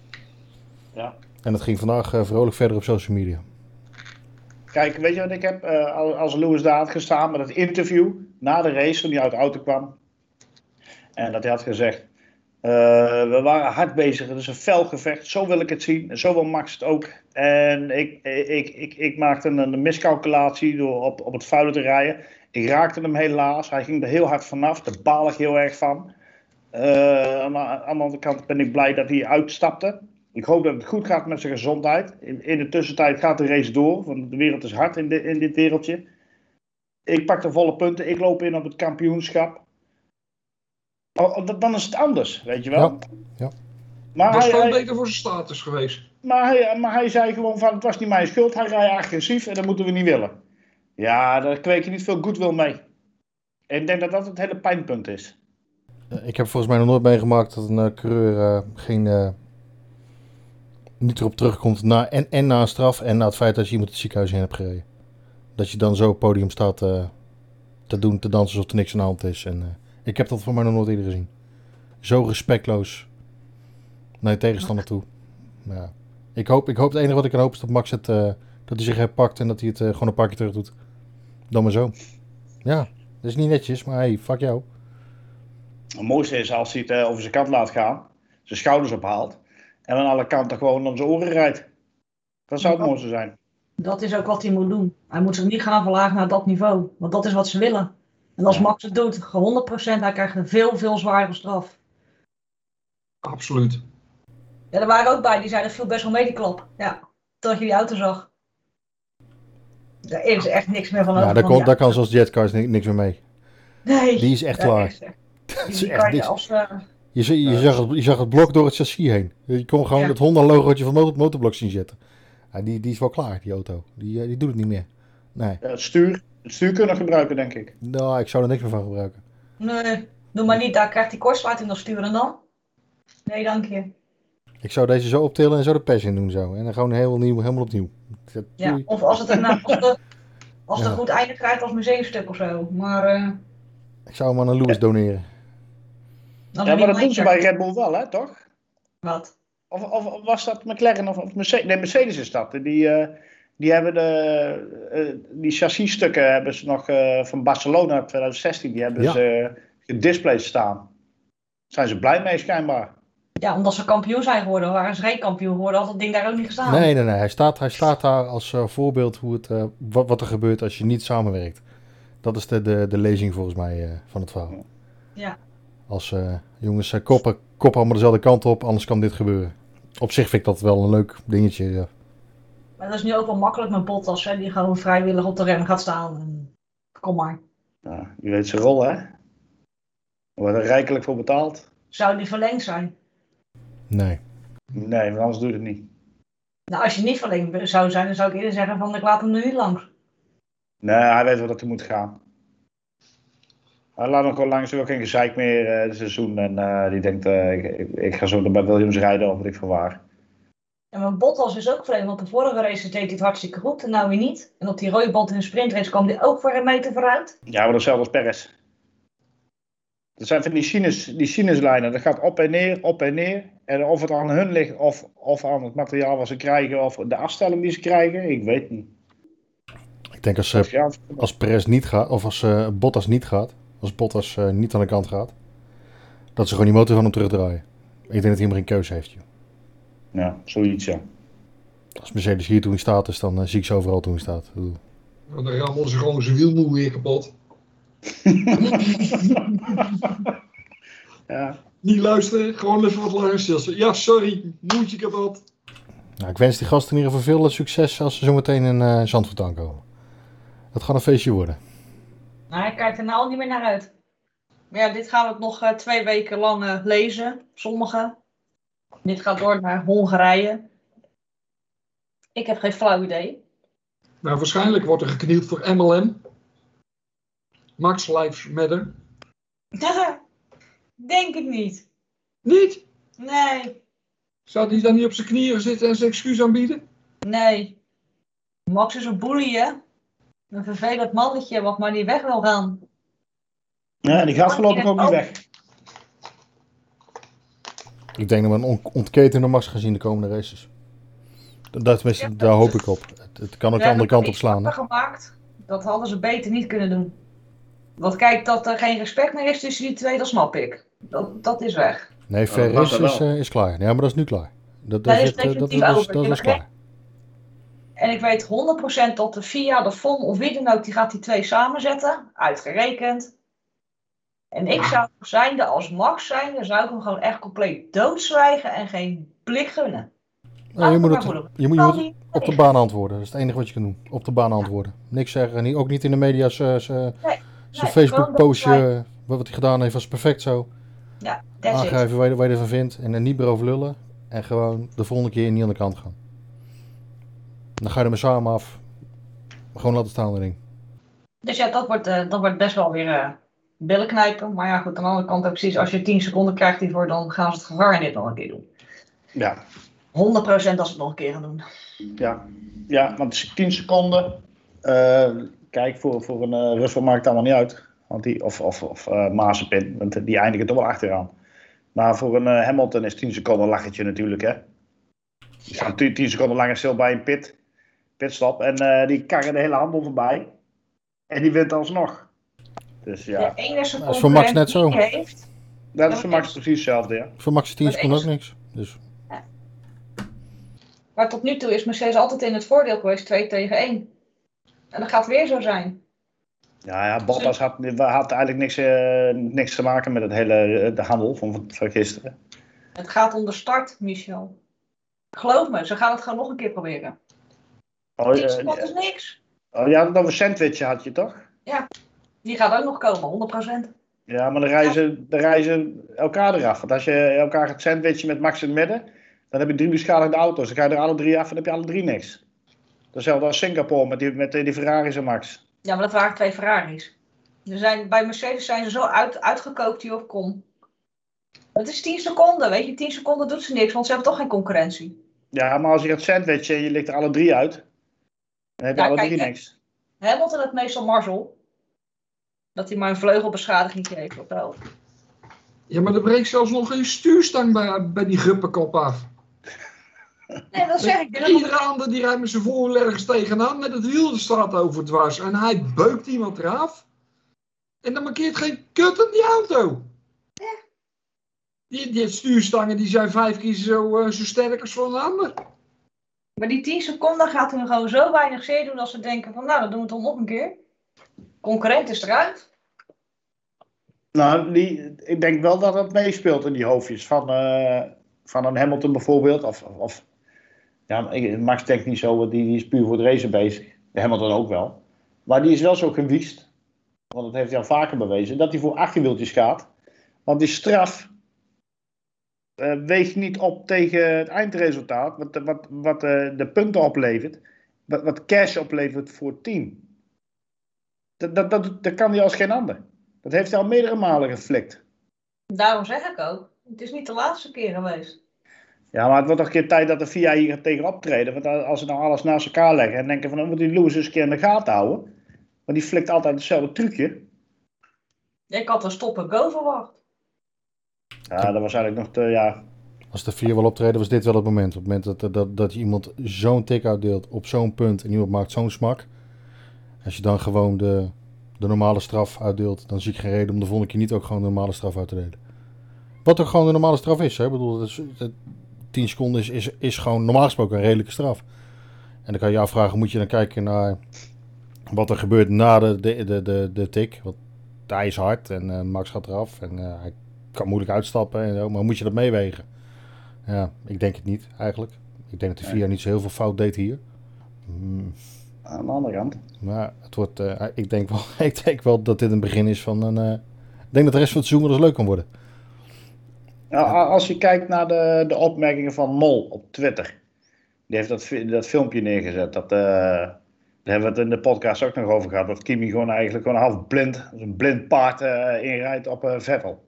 Ja. En het ging vandaag uh, vrolijk verder op social media. Kijk, weet je wat ik heb? Uh, als Lewis daar had gestaan met het interview na de race toen hij uit de auto kwam. En dat hij had gezegd, uh, we waren hard bezig, het is een fel gevecht, zo wil ik het zien. En zo wil Max het ook. En ik, ik, ik, ik maakte een, een miscalculatie door op, op het vuile te rijden. Ik raakte hem helaas, hij ging er heel hard vanaf, daar baal ik heel erg van. Uh, aan, de, aan de andere kant ben ik blij dat hij uitstapte. Ik hoop dat het goed gaat met zijn gezondheid. In, in de tussentijd gaat de race door, want de wereld is hard in, de, in dit wereldje. Ik pak de volle punten, ik loop in op het kampioenschap. Oh, dan is het anders, weet je wel. Ja, ja. Maar was hij, gewoon hij, beter voor zijn status geweest. maar, hij, maar hij zei gewoon van, het was niet mijn schuld, hij rijdt agressief en dat moeten we niet willen. Ja, daar kweek je niet veel goodwill mee. En ik denk dat dat het hele pijnpunt is. Ik heb volgens mij nog nooit meegemaakt dat een uh, coureur uh, geen, uh, niet erop terugkomt na, en, en na een straf en na het feit dat je iemand het ziekenhuis in hebt gereden. Dat je dan zo op het podium staat uh, te doen, te dansen alsof er niks aan de hand is. En, uh, ik heb dat voor mij nog nooit eerder gezien. Zo respectloos naar je tegenstander toe. Ja. Ik, hoop, ik hoop het enige wat ik kan hopen is dat Max het, uh, dat hij zich herpakt en dat hij het uh, gewoon een paar keer terug doet. Dan maar zo. Ja, dat is niet netjes, maar hey, fuck jou. Het mooiste is als hij het uh, over zijn kant laat gaan, zijn schouders ophaalt en aan alle kanten gewoon om zijn oren rijdt. Dat zou het Ja. mooiste zijn. Dat is ook wat hij moet doen. Hij moet zich niet gaan verlagen naar dat niveau. Want dat is wat ze willen. En als Ja. Max het doet, honderd procent, hij krijgt een veel, veel zwaardere straf. Absoluut. Ja, er waren ook bij, die zeiden, viel best wel mee die klap. Ja, totdat je die auto zag. Daar is echt niks meer van over. Ja, daar, van kon, die daar kan auto. zoals Jetcars ni- niks meer mee. Nee. Die is echt daar klaar. is echt- Dat is Die echt kan je niks. als... uh, Je, zie- je, Ja, zag het, je zag het blok door het chassis heen. Je kon gewoon Ja. het Honda-logootje van het motor, motorblok zien zitten. Ja, die, die is wel klaar, die auto. Die, uh, die doet het niet meer. Nee. Ja, het stuur, het stuur kunnen gebruiken, denk ik. Nou, ik zou er niks meer van gebruiken. nee, doe maar niet, daar krijgt die kortsluiting nog sturen dan. Nee, dank je. Ik zou deze zo optillen en zo de pers in doen zo. En dan gewoon heel nieuw, helemaal opnieuw. Dat- Ja, doei. of als het een, als het, een- als het Ja. een goed einde krijgt als museumstuk of zo. Maar... eh Ik zou hem aan een Lewis doneren. als Ja, er maar niet dat doen ze mijn- bij Red Bull wel, hè, toch? Wat? Of, of, of was dat McLaren of, of Mercedes? Nee, Mercedes is dat. Die, uh, die hebben de, uh, die chassisstukken hebben ze nog uh, van Barcelona twintig zestien, die hebben Ja. ze uh, gedisplayed staan. Daar zijn ze blij mee, schijnbaar. Ja, omdat ze kampioen zijn geworden. Waren ze geen kampioen geworden, had dat ding daar ook niet gestaan. Nee, nee, nee. Hij staat, hij staat daar als uh, voorbeeld hoe het, uh, wat, wat er gebeurt als je niet samenwerkt. Dat is de, de, de lezing volgens mij uh, van het verhaal. Ja. Als uh, jongens uh, koppen, koppen allemaal dezelfde kant op, anders kan dit gebeuren. Op zich vind ik dat wel een leuk dingetje. Ja. Maar dat is nu ook wel makkelijk met Bottas, hè, die gewoon vrijwillig op de rem gaat staan. Kom maar. Ja, die weet zijn rol, hè? Er wordt er rijkelijk voor betaald. Zou die verlengd zijn? Nee. Nee, maar anders doe je het niet. Nou, als je niet verlengd zou zijn, dan zou ik eerder zeggen van ik laat hem nu niet langs. Nee, hij weet wel dat hij moet gaan. Hij laat nog wel langs, er ook geen gezeik meer uh, het seizoen. En uh, die denkt, uh, ik, ik, ik ga zo bij Williams rijden of wat ik van waar. En mijn Bottas is ook vreemd, want de vorige race deed hij het hartstikke goed en nou weer niet. En op die rode band in de sprintrace kwam hij ook voor een meter vooruit. Ja, maar datzelfde als Perez. Dat zijn van die, sinus, die sinuslijnen, dat gaat op en neer, op en neer. En of het aan hun ligt of, of aan het materiaal wat ze krijgen of de afstelling die ze krijgen, ik weet niet. Ik denk als, uh, als Perez niet gaat, of als uh, Bottas niet gaat, als Bottas uh, niet aan de kant gaat, dat ze gewoon die motor van hem terugdraaien. Ik denk dat hij helemaal geen keuze heeft, joh. Ja, zoiets, ja. Als Mercedes hier toen in staat is, dan uh, zie ik ze overal toen in staat. Nou, dan rammelen ze gewoon zijn wielmoe weer kapot. Ja. Niet luisteren, gewoon even wat langer stilstaan. Ja, sorry, moedje kapot. Nou, ik wens die gasten in ieder geval veel succes als ze zo meteen in uh, Zandvoort aankomen. Dat gaat een feestje worden. Nou, ik kijk er nou al niet meer naar uit. Maar ja, dit gaan we nog uh, twee weken lang uh, lezen. Sommige. Dit gaat door naar Hongarije. Ik heb geen flauw idee. Nou, waarschijnlijk wordt er geknield voor M L M. Max Lives Matter. Denk ik niet. Niet? Nee. Zou hij dan niet op zijn knieën zitten en zijn excuus aanbieden? Nee. Max is een boelie, hè? Een vervelend mannetje wat maar niet weg wil gaan. Ja, die gaat voorlopig ook niet weg. Ik denk dat we een on- ontketende Max gaan zien de komende races. Dat, tenminste, ja, daar hoop ik op. Het, het kan ook de andere kant op slaan. Hè? Gemaakt. Dat hadden ze beter niet kunnen doen. Want kijk, dat er geen respect meer is tussen die twee, dat snap ik. Dat, dat is weg. Nee, Ferris oh, is, uh, is klaar. Ja, maar dat is nu klaar. Dat, dat, dat is het, uh, dat, dat, is, dat is klaar. En ik weet honderd procent dat de F I A, de F O M of wie dan ook, die gaat die twee samenzetten. Uitgerekend. En ik zou zijnde als Max zijnde, zou ik hem gewoon echt compleet doodzwijgen en geen blik gunnen. Nou, je moet het, je moet, je moet op de baan antwoorden. Dat is het enige wat je kan doen. Op de baan antwoorden. Ja. Niks zeggen. Ook niet in de media. Zijn nee, nee, Facebook postje. Wat hij gedaan heeft was perfect zo. Ja, aangeven waar je, waar je ervan vindt. En er niet meer over lullen. En gewoon de volgende keer niet aan de kant gaan. Dan ga je er maar samen af. Gewoon laten staan erin. Dus ja, dat wordt, uh, dat wordt best wel weer uh, billen knijpen. Maar ja, goed, aan de andere kant ook precies. Als je tien seconden krijgt hiervoor, dan gaan ze het gegarandeerd nog een keer doen. Ja. honderd procent als ze het nog een keer gaan doen. Ja, ja, want tien seconden. Uh, kijk, voor, voor een uh, Russell maakt het allemaal niet uit. Want die, of of, of uh, Mazepin, want die eindigen toch wel achteraan. Maar voor een uh, Hamilton is tien seconden een lachetje natuurlijk, hè. Die staan tien seconden langer stil bij een pit, pitstop. En uh, die karren de hele handel voorbij. En die wint alsnog. Dus ja. De enige dat is voor Max net zo. Heeft, dat is voor Max precies hetzelfde, ja. Voor Max is tien seconden ook niks. Dus. Ja. Maar tot nu toe is Mercedes altijd in het voordeel geweest, twee tegen één. En dat gaat weer zo zijn. Ja, ja Bottas had, had eigenlijk niks, uh, niks te maken met het hele de handel van, van gisteren. Het gaat om de start, Michel. Geloof me, ze gaan het gewoon nog een keer proberen. Oh, tien uh, seconden is niks. Oh, ja, dat een sandwichje had je toch? Ja, die gaat ook nog komen, honderd procent. Ja, maar dan reizen, dan reizen elkaar eraf. Want als je elkaar gaat sandwichen met Max in het midden, dan heb je drie beschadigde auto's. Dan ga je er alle drie af en dan heb je alle drie niks. Hetzelfde als Singapore met die, met die Ferraris en Max. Ja, maar dat waren twee Ferraris. Er zijn, bij Mercedes zijn ze zo uit, uitgekookt hier op kom. Het is tien seconden, weet je. tien seconden doet ze niks, want ze hebben toch geen concurrentie. Ja, maar als je gaat sandwichen en je ligt er alle drie uit, dan heb je ja, alle kijk, drie niks. Hamilton heeft meestal mazzel. Dat hij maar een vleugelbeschadiging heeft of zo. Ja, maar er breekt zelfs nog geen stuurstang bij, bij die guppenkop af. Nee, dat zeg ik. Iedere ander die rijdt met zijn voorwiel ergens tegenaan met het wiel de straat over dwars. En hij beukt iemand eraf. En dan markeert geen kut aan die auto. Ja. Die, die stuurstangen die zijn vijf keer zo, uh, zo sterk als van een ander. Maar die tien seconden gaat hun gewoon zo weinig zeer doen als ze denken van nou, dan doen we het dan nog een keer. Concurrent is eruit. Nou, die, ik denk wel dat het meespeelt in die hoofdjes van, uh, van een Hamilton bijvoorbeeld. Of, of, ja, ik- Max denkt niet zo, want die, die is puur voor het racen bezig. De Hamilton ook wel. Maar die is wel zo gewiest, want dat heeft hij al vaker bewezen, dat hij voor achterwieltjes gaat. Want die straf uh, weegt niet op tegen het eindresultaat, wat, wat, wat uh, de punten oplevert, wat, wat cash oplevert voor het team. Dat, dat, dat, dat kan hij als geen ander. Dat heeft hij al meerdere malen geflikt. Daarom zeg ik ook. Het is niet de laatste keer geweest. Ja, maar het wordt toch een keer tijd dat de V I A hier tegen optreden. Want als ze nou alles naast elkaar leggen en denken van, dan moet die Lewis eens een keer in de gaten houden. Want die flikt altijd hetzelfde trucje. Ik had een stop-and-go verwacht. Ja, dat was eigenlijk nog te, ja... Als de vier wil optreden, was dit wel het moment. Op het moment dat, dat, dat je iemand zo'n tik uitdeelt op zo'n punt en iemand maakt zo'n smak. Als je dan gewoon de, de normale straf uitdeelt, dan zie ik geen reden om de volgende keer niet ook gewoon de normale straf uit te delen. Wat ook gewoon de normale straf is. Hè? Ik bedoel, dat is, dat, tien seconden is, is, is gewoon normaal gesproken een redelijke straf. En dan kan je je afvragen, moet je dan kijken naar wat er gebeurt na de, de, de, de, de tik. Want hij is hard en uh, Max gaat eraf en uh, hij kan moeilijk uitstappen en zo. Maar moet je dat meewegen? Ja, ik denk het niet eigenlijk. Ik denk dat de V I A niet zo heel veel fout deed hier. Hmm. Aan de andere kant. Maar het wordt, uh, ik, denk wel, ik denk wel dat dit een begin is van een... Uh, ik denk dat de rest van het seizoen wel eens leuk kan worden. Ja, als je kijkt naar de, de opmerkingen van Mol op Twitter. Die heeft dat, dat filmpje neergezet. Dat, uh, daar hebben we het in de podcast ook nog over gehad. Dat Kimi gewoon eigenlijk gewoon half blind, als een blind paard uh, inrijdt op uh, Vettel.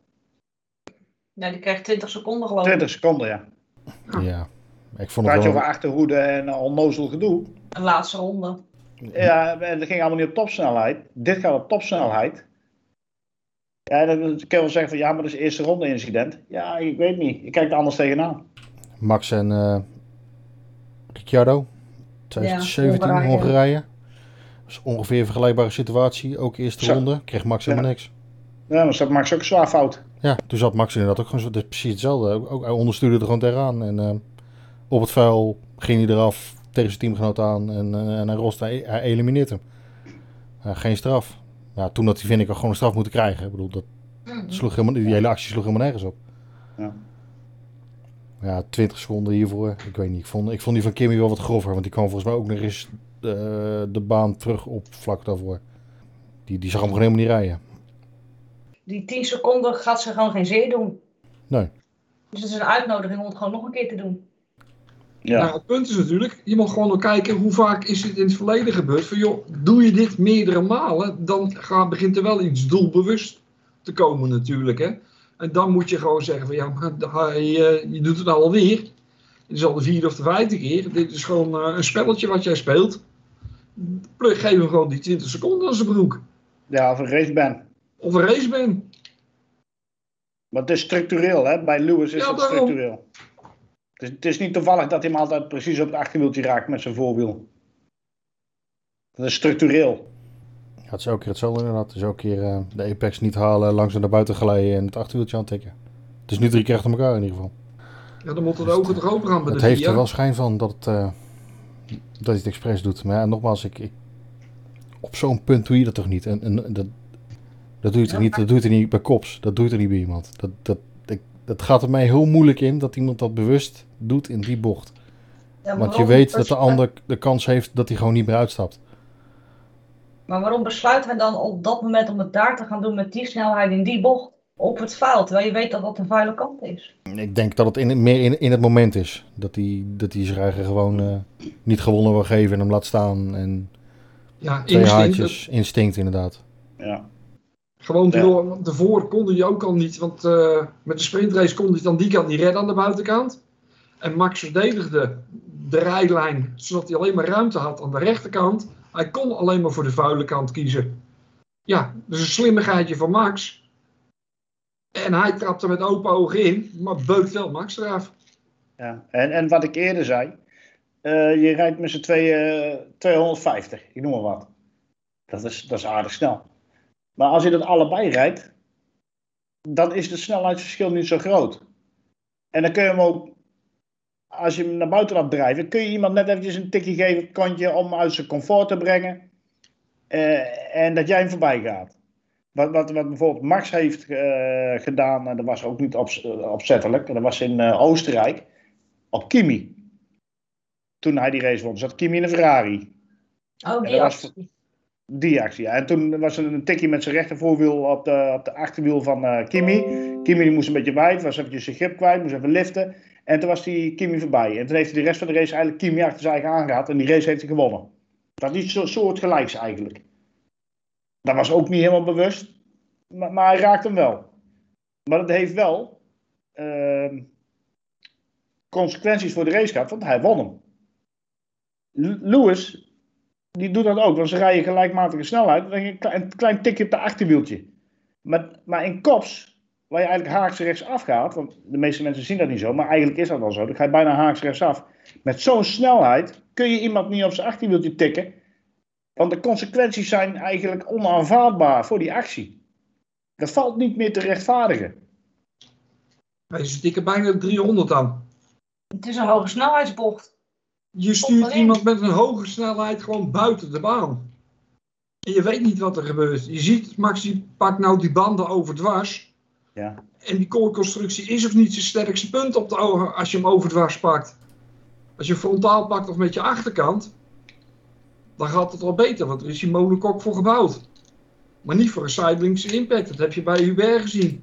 Ja, die krijgt twintig seconden geloof ik. twintig seconden, ja. Ja, ik vond het Praat je wel... over achterhoede en uh, onnozel gedoe. De laatste ronde. Ja, en dat ging allemaal niet op topsnelheid. Dit gaat op topsnelheid. Ja, dan kun je wel zeggen van ja, maar dat is het eerste ronde incident. Ja, ik weet niet. Ik kijk er anders tegenaan. Max en uh, Ricciardo, twintig zeventien Ja, Hongarije. Hongarije. Dat is ongeveer een vergelijkbare situatie. Ook eerste Zo. ronde, kreeg Max helemaal Ja. niks. Ja, maar dat maakt ook zwaar fout. Ja, toen zat Max inderdaad ook gewoon zo, dat is precies hetzelfde. Ook, ook, hij onderstuurde er gewoon tegenaan. En uh, op het vuil ging hij eraf tegen zijn teamgenoot aan. En, uh, en hij rost, hij, hij elimineert hem. Uh, geen straf. Ja, toen had hij, vind ik, ook gewoon een straf moeten krijgen. Ik bedoel, dat sloeg helemaal, die hele actie sloeg helemaal nergens op. Ja. Ja, twintig seconden hiervoor. Ik weet niet. Ik vond, ik vond die van Kimi wel wat grover. Want die kwam volgens mij ook nog eens uh, de baan terug op vlak daarvoor. Die, die zag hem gewoon helemaal niet rijden. Die tien seconden gaat ze gewoon geen zeer doen. Nee. Dus het is een uitnodiging om het gewoon nog een keer te doen. Ja. Nou, het punt is natuurlijk, je moet gewoon nog kijken hoe vaak is het in het verleden gebeurd. Van joh, doe je dit meerdere malen, dan gaat, begint er wel iets doelbewust te komen natuurlijk. Hè? En dan moet je gewoon zeggen van ja, maar je, je doet het nou alweer. Het is al de vierde of de vijfde keer. Dit is gewoon uh, een spelletje wat jij speelt. Geef hem gewoon die twintig seconden aan zijn broek. Ja, of een raceban. Of een raceban. Maar het is structureel, hè? Bij Lewis is Ja, het daarom. structureel. Het is, het is niet toevallig dat hij hem altijd precies op het achterwieltje raakt met zijn voorwiel. Dat is structureel. Ja, het is elke keer hetzelfde inderdaad. Het is elke keer uh, de apex niet halen, langzaam naar buiten glijden en het achterwieltje aantikken. Het is nu drie keer achter elkaar in ieder geval. Ja, dan moeten de ogen toch open gaan bij Het de heeft V I A. er wel schijn van dat het, uh, dat hij het expres doet. Maar ja, nogmaals, ik, ik, op zo'n punt doe je dat toch niet. En, en dat, dat doe je toch niet, dat doe je toch niet bij kops. Dat doe je toch niet bij iemand. Dat, dat, ik, dat gaat er mij heel moeilijk in dat iemand dat bewust doet in die bocht. Ja, Want je waarom weet dat de besluit- ander de kans heeft dat hij gewoon niet meer uitstapt. Maar waarom besluit hij dan op dat moment om het daar te gaan doen met die snelheid in die bocht? Op het vuil, terwijl je weet dat dat de vuile kant is. Ik denk dat het in, meer in, in het moment is. Dat hij, dat hij zich eigen gewoon uh, niet gewonnen wil geven en hem laat staan. En Ja, twee instinct. haartjes, instinct inderdaad. Ja. Gewoon Ja. door, want daarvoor kon hij ook al niet, want uh, met de sprintrace kon hij het aan die kant niet redden aan de buitenkant. En Max verdedigde de rijlijn, zodat hij alleen maar ruimte had aan de rechterkant. Hij kon alleen maar voor de vuile kant kiezen. Ja, dus een slimmigheidje van Max. En hij trapte met open ogen in, maar beukt wel Max eraf. Ja. En, en wat ik eerder zei, uh, je rijdt met z'n tweeën uh, tweehonderdvijftig, ik noem maar wat. Dat is, dat is aardig snel. Maar als je dat allebei rijdt, dan is het snelheidsverschil niet zo groot. En dan kun je hem ook, als je hem naar buiten laat drijven, kun je iemand net eventjes een tikje geven op het kantje om uit zijn comfort te brengen. Uh, en dat jij hem voorbij gaat. Wat, wat, wat bijvoorbeeld Max heeft uh, gedaan, uh, dat was ook niet op, uh, opzettelijk. Dat was in uh, Oostenrijk. Op Kimi. Toen hij die race won, zat Kimi in een Ferrari. Oh, die actie. Die actie, ja. En toen was er een tikje met zijn rechtervoorwiel op de, op de achterwiel van uh, Kimi. Kimi die moest een beetje wijd, was eventjes zijn grip kwijt, moest even liften. En toen was die Kimi voorbij. En toen heeft hij de rest van de race eigenlijk Kimi achter zijn eigen aangehad. En die race heeft hij gewonnen. Dat is iets soortgelijks eigenlijk. Dat was ook niet helemaal bewust. Maar, maar hij raakt hem wel. Maar dat heeft wel uh, consequenties voor de race gehad, want hij won hem. L- Lewis, die doet dat ook, want ze rijden gelijkmatige snelheid. Dan heb je een klein, een klein tikje op de achterwieltje. Maar, maar in kops, waar je eigenlijk haaks rechts afgaat, want de meeste mensen zien dat niet zo, maar eigenlijk is dat wel zo. Dan ga je bijna haaks rechts af. Met zo'n snelheid kun je iemand niet op zijn achterwieltje tikken. Want de consequenties zijn eigenlijk onaanvaardbaar voor die actie. Dat valt niet meer te rechtvaardigen. Wij stikken bijna driehonderd aan. Het is een hoge snelheidsbocht. Je stuurt iemand met een hoge snelheid gewoon buiten de baan. En je weet niet wat er gebeurt. Je ziet, Max die pakt nou die banden overdwars. Ja. En die koolconstructie is of niet zijn sterkste punt op de ogen als je hem overdwars pakt. Als je frontaal pakt of met je achterkant, dan gaat het wel beter, want er is die monocoque voor gebouwd. Maar niet voor een sidelings impact, dat heb je bij Hubert gezien.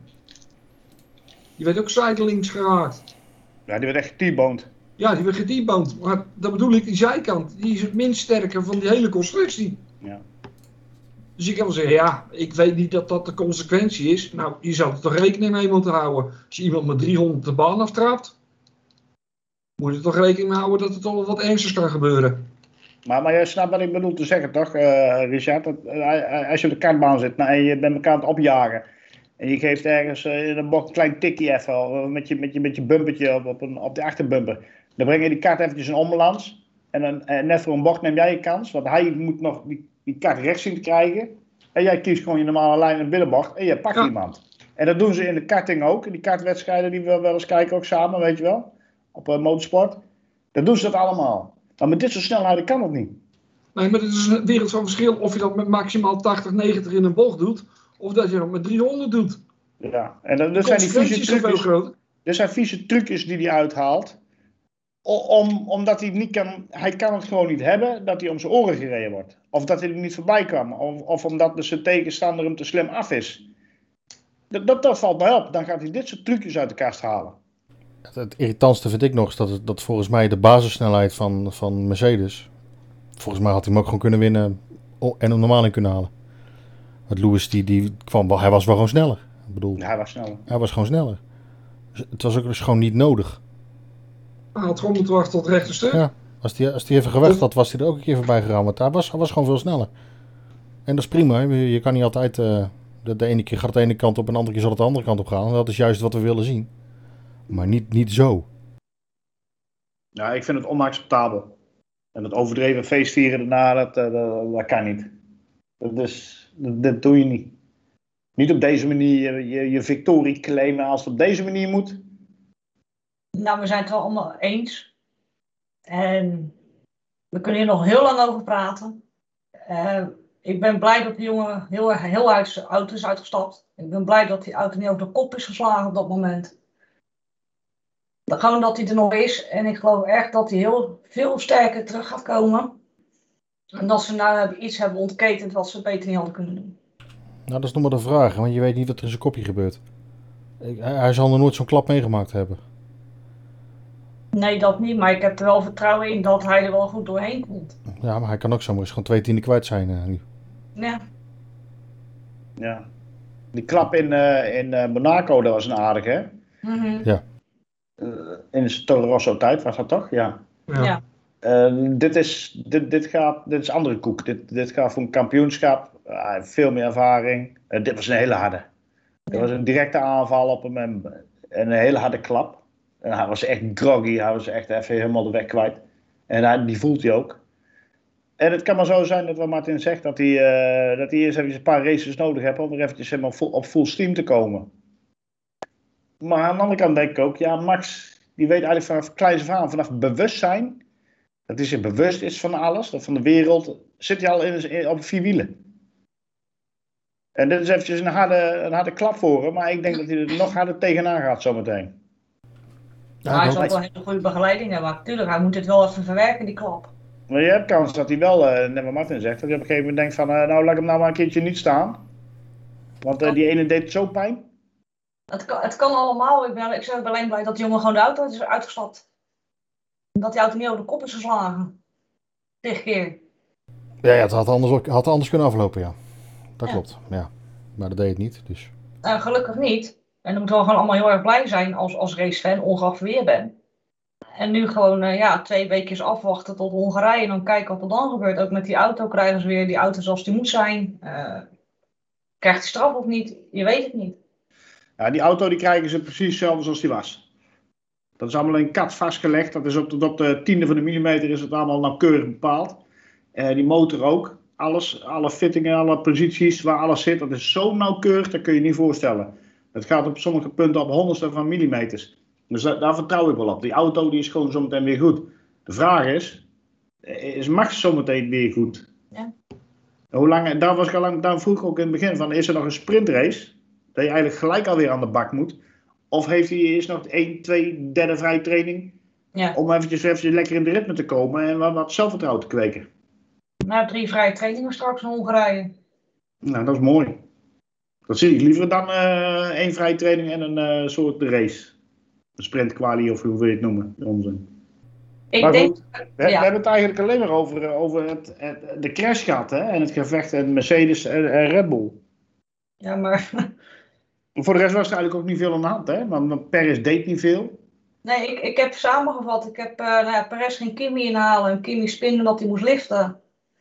Die werd ook sidelings geraakt. Ja, die werd echt T-boned. Ja, die werd gedeboned. Maar dat bedoel ik, die zijkant, die is het minst sterke van die hele constructie. Ja. Dus ik kan wel zeggen, ja, ik weet niet dat dat de consequentie is. Nou, je zou er toch rekening mee moeten houden. Als je iemand met driehonderd de baan aftrapt, moet je toch rekening mee houden dat het toch wel wat ernstigs kan gebeuren. Maar, maar jij snapt wat ik bedoel te zeggen, toch, uh, Richard? Dat, uh, als je op de kartbaan zit nou, en je bent elkaar aan het opjagen. En je geeft ergens uh, in een bocht een klein tikje even, uh, met, je, met, je, met je bumpertje op, op, een, op de achterbumper. Dan breng je die kart eventjes in onbalans. En, dan, en net voor een bocht neem jij je kans. Want hij moet nog die, die kart rechts zien te krijgen. En jij kiest gewoon je normale lijn in de binnenbocht. En je pakt ja. iemand. En dat doen ze in de karting ook. In die kartwedstrijden die we wel eens kijken ook samen, weet je wel. Op uh, motorsport. Dan doen ze dat allemaal. Maar met dit soort snelheden kan dat niet. Nee, maar het is een wereld van verschil of je dat met maximaal tachtig, negentig in een bocht doet. Of dat je dat met driehonderd doet. Ja, en dat, dat zijn die vieze trucjes. Er zijn vieze trucjes die hij uithaalt. Om, omdat hij niet kan, hij kan het gewoon niet hebben dat hij om zijn oren gereden wordt. Of dat hij er niet voorbij kan. Of, of omdat de zijn tegenstander hem te slim af is. Dat, dat, dat valt mij op. Dan gaat hij dit soort trucjes uit de kast halen. Het irritantste vind ik nog is dat, het, dat volgens mij de basissnelheid van, van Mercedes. Volgens mij had hij hem ook gewoon kunnen winnen en hem normaal in kunnen halen. Want Lewis die, die kwam wel, hij was wel gewoon sneller. Ik bedoel, ja, hij was sneller. Hij was gewoon sneller. Dus het was ook dus gewoon niet nodig. Hij had gewoon moeten wachten tot het rechte stuk. Ja, als hij als even gewacht had, was hij er ook een keer voorbij gegaan. Want hij was, hij was gewoon veel sneller. En dat is prima. Je kan niet altijd... Uh, de, de ene keer gaat het de ene kant op en de andere keer zal het de andere kant op gaan. En dat is juist wat we willen zien. Maar niet, niet zo. Ja, ik vind het onacceptabel. En dat overdreven feestvieren daarna, dat, dat, dat kan niet. Dat, is, dat, dat doe je niet. Niet op deze manier je, je, je victorie claimen als het op deze manier moet. Nou, we zijn het wel allemaal eens. En we kunnen hier nog heel lang over praten. Uh, ik ben blij dat die jongen heel, heel uit zijn auto is uitgestapt. Ik ben blij dat die auto niet over de kop is geslagen op dat moment. Dan gewoon dat hij er nog is. En ik geloof echt dat hij heel veel sterker terug gaat komen. En dat ze nou iets hebben ontketend wat ze beter niet hadden kunnen doen. Nou, dat is nog maar de vraag. Want je weet niet wat er in zijn kopje gebeurt. Hij, hij zal nog nooit zo'n klap meegemaakt hebben. Nee, dat niet. Maar ik heb er wel vertrouwen in dat hij er wel goed doorheen komt. Ja, maar hij kan ook zomaar eens gewoon twee tienden kwijt zijn uh, nu. Ja. Ja. Die klap in, uh, in uh, Monaco, dat was een aardige, hè? Mm-hmm. Ja. Uh, in de Toro Rosso tijd was dat toch? Ja. Ja. ja. Uh, dit, is, dit, dit, gaat, dit is andere koek. Dit, dit gaat voor een kampioenschap. Uh, veel meer ervaring. Uh, dit was een hele harde. Ja. Dit was een directe aanval op hem en, en een hele harde klap. En hij was echt groggy. Hij was echt even helemaal de weg kwijt. En hij, die voelt hij ook. En het kan maar zo zijn dat wat Martin zegt, dat hij, uh, dat hij eerst even een paar races nodig heeft om er eventjes helemaal vol, op full steam te komen. Maar aan de andere kant denk ik ook, ja, Max, die weet eigenlijk vanaf kleins af aan, vanaf bewustzijn, Dat hij zich bewust is van alles, van de wereld. Zit hij al in, in, op vier wielen. En dit is eventjes een harde, een harde klap voor hem. Maar ik denk dat hij er nog harder tegenaan gaat zometeen. Ja, Maar hij ik zal hoop- wel een hele goede begeleiding hebben. Maar natuurlijk, hij moet het wel even verwerken, die klap. Maar je hebt kans dat hij wel, uh, net wat Martin zegt, dat hij op een gegeven moment denkt van, uh, nou laat ik hem nou maar een keertje niet staan. Want uh, die ene deed zo pijn. Het kan, het kan allemaal. Ik ben, ik ben alleen blij dat die jongen gewoon de auto is uitgestapt. Dat die auto niet over de kop is geslagen. Tig keer. Ja, ja, het had anders, ook, had anders kunnen aflopen, ja. Dat Ja. klopt, ja. Maar dat deed het niet, dus... Nou, gelukkig niet. En dan moeten we gewoon allemaal heel erg blij zijn als, als racefan, ongeacht wie je bent. En nu gewoon uh, ja, twee weken afwachten tot Hongarije en dan kijken wat er dan gebeurt. Ook met die auto krijgen ze weer die auto zoals die moet zijn. Uh, krijgt hij straf of niet? Je weet het niet. Ja, die auto die krijgen ze precies hetzelfde zoals die was. Dat is allemaal in kat vastgelegd. Dat is op de, op de tiende van de millimeter is het allemaal nauwkeurig bepaald. Uh, die motor ook. Alles, alle fittingen, alle posities waar alles zit. Dat is zo nauwkeurig, dat kun je je niet voorstellen. Het gaat op sommige punten op honderdste van millimeters. Dus da- daar vertrouw ik wel op. Die auto die is gewoon zometeen weer goed. De vraag is, is Max zometeen weer goed? Ja. Hoe lang, daar, was ik al lang, daar vroeg ik ook in het begin van, is er nog een sprintrace? Dat je eigenlijk gelijk alweer aan de bak moet. Of heeft hij eerst nog één, twee, derde vrije training? Ja. Om eventjes, eventjes lekker in de ritme te komen en wat, wat zelfvertrouwen te kweken. Nou, drie vrije trainingen straks in Hongarije. Nou, dat is mooi. Dat zie ik liever dan uh, één vrije training en een uh, soort race. Een sprintqualie of hoe wil je het noemen. Onzin. Ik Maar denk, goed, we, ja. we hebben het eigenlijk alleen maar over, uh, over het, het, de crash gehad. Hè? En het gevecht en Mercedes en, en Red Bull. Ja, maar... Voor de rest was er eigenlijk ook niet veel aan de hand. Hè? Want Perez deed niet veel. Nee, ik, ik heb samengevat. Ik heb uh, nou ja, Perez ging Kimi inhalen en Kimi spinnen dat hij moest liften.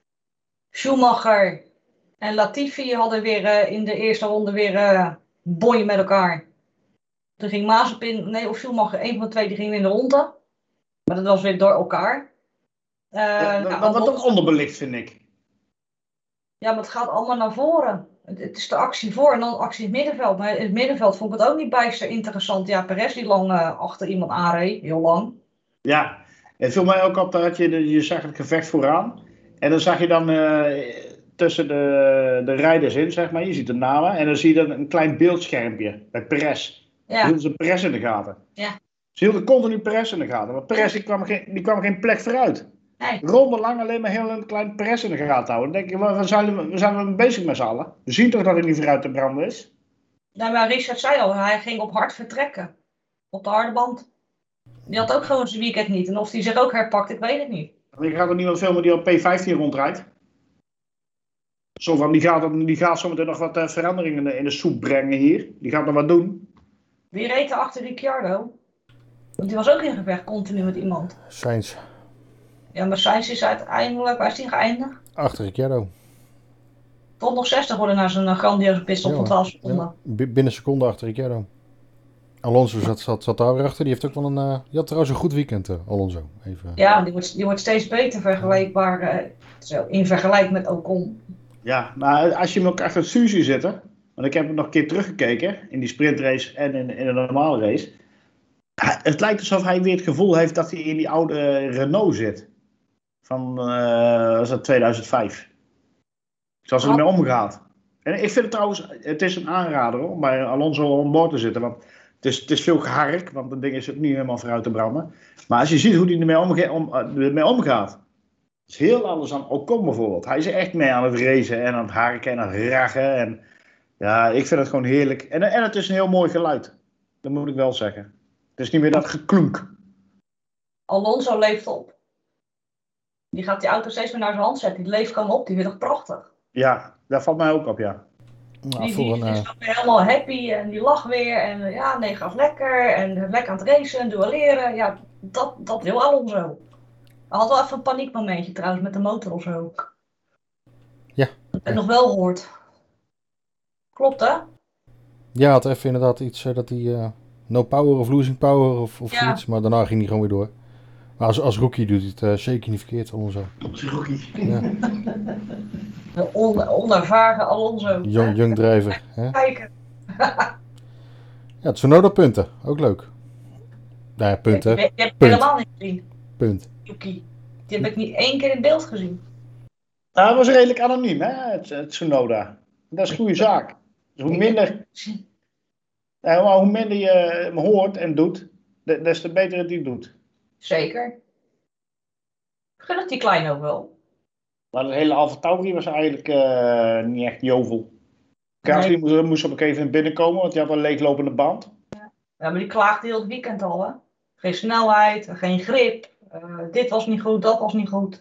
Schumacher en Latifi hadden weer uh, in de eerste ronde weer uh, bonje met elkaar. Toen ging Mazepin, nee of Schumacher, een van de twee die ging weer in de ronde. Maar dat was weer door elkaar. Uh, Ja, nou, wat wat Alonso- toch onderbelicht vind ik. Ja, maar het gaat allemaal naar voren. Het, het is de actie voor en dan actie in het middenveld. Maar in het middenveld vond ik het ook niet bijster interessant. Ja, Perez die lang uh, achter iemand aanreed, heel lang. Ja, het viel mij ook op dat je, je zag het gevecht vooraan. En dan zag je dan uh, tussen de, de rijders in, zeg maar. Je ziet de namen en dan zie je dan een klein beeldschermpje bij Perez. Ze Ja, hielden ze Perez in de gaten. Ja. Ze hielden continu Perez in de gaten. Maar Perez die kwam, geen, die kwam geen plek vooruit. nee. Ronde lang alleen maar heel een klein Perez in de gaten houden. Dan denk je, waar zijn we, waar zijn we mee bezig met z'n allen? We zien toch dat hij niet vooruit te branden is? Nou, maar Richard zei al, hij ging op hard vertrekken. Op de harde band. Die had ook gewoon zijn weekend niet. En of hij zich ook herpakt, ik weet het niet. Ik ga er niemand filmen die op P vijftien rondrijdt. Zo van, die gaat, die gaat zometeen nog wat uh, veranderingen in de, in de soep brengen hier. Die gaat nog wat doen. Wie reed er achter Ricciardo? Want die was ook in gevecht, continu met iemand. Sainz, Ja, maar Sainz is uiteindelijk, waar is hij geëindigd? achter Ricciardo. Tot nog zestig worden na zijn grandioze pitstop Ja, van twaalf seconden. Ja, b- binnen seconden achter Ricciardo. Alonso zat, zat, zat daar weer achter. Die heeft ook wel een... Uh, die had trouwens een goed weekend, uh, Alonso. Even. Ja, die wordt, die wordt steeds beter vergelijkbaar, uh, zo, in vergelijking met Ocon. Ja, maar als je hem ook achter het stuur ziet zitten. Want ik heb hem nog een keer teruggekeken. In die sprintrace en in, in de normale race. Het lijkt alsof hij weer het gevoel heeft dat hij in die oude Renault zit. Van uh, was dat tweeduizend vijf. Zoals hij ermee omgaat. En ik vind het trouwens, het is een aanrader om bij Alonso aan boord te zitten. Want het is, het is veel gehark, want dat ding is ook niet helemaal vooruit te branden. Maar als je ziet hoe hij ermee, omge- om, uh, ermee omgaat. Het is heel anders dan Ocon bijvoorbeeld. Hij is echt mee aan het racen en aan het harken en aan het rachen. En ja, ik vind het gewoon heerlijk. En, en het is een heel mooi geluid. Dat moet ik wel zeggen. Het is niet meer dat geklunk. Alonso leeft op. Die gaat die auto steeds meer naar zijn hand zetten. Die leeft gewoon op, die vindt het prachtig. Ja, dat valt mij ook op, ja. Nou, Die, voor die een, is uh, dan weer helemaal happy en die lacht weer. En uh, ja, nee, gaat lekker. En lekker aan het racen en duelleren. Ja, dat, dat wil Alonso. Hij had wel even een paniekmomentje trouwens met de motor of zo. Ja. Dat heb ik nog wel gehoord. Klopt, hè? ja, had even inderdaad iets uh, dat hij... Uh, no power of losing power of, of Ja. zoiets. Maar daarna ging hij gewoon weer door. Maar als, als rookie doet hij het uh, zeker niet verkeerd, Alonso. Ja. De on, onervaren Alonso. Young, young driver. Hè? Kijken. Ja, Tsunoda punten. Ook leuk. Nou ja, punten. Je, je hebt het Punt. helemaal niet gezien, Punt. Yuki. Die heb ik niet één keer in beeld gezien. Nou, hij was redelijk anoniem, hè, het, het Tsunoda. Dat is een goede zaak. Dus hoe minder, ja, maar hoe minder je hem hoort en doet, de- des te beter het hij doet. Zeker. Gun het die klein ook wel. Maar het hele Alpha Tauri was eigenlijk eh, niet echt jovel. Gasly Nee. moest, moest op een gegeven moment binnenkomen, want hij had een leeglopende band. Ja, maar die klaagde heel het weekend al, hè. Geen snelheid, geen grip. eh, dit was niet goed, dat was niet goed.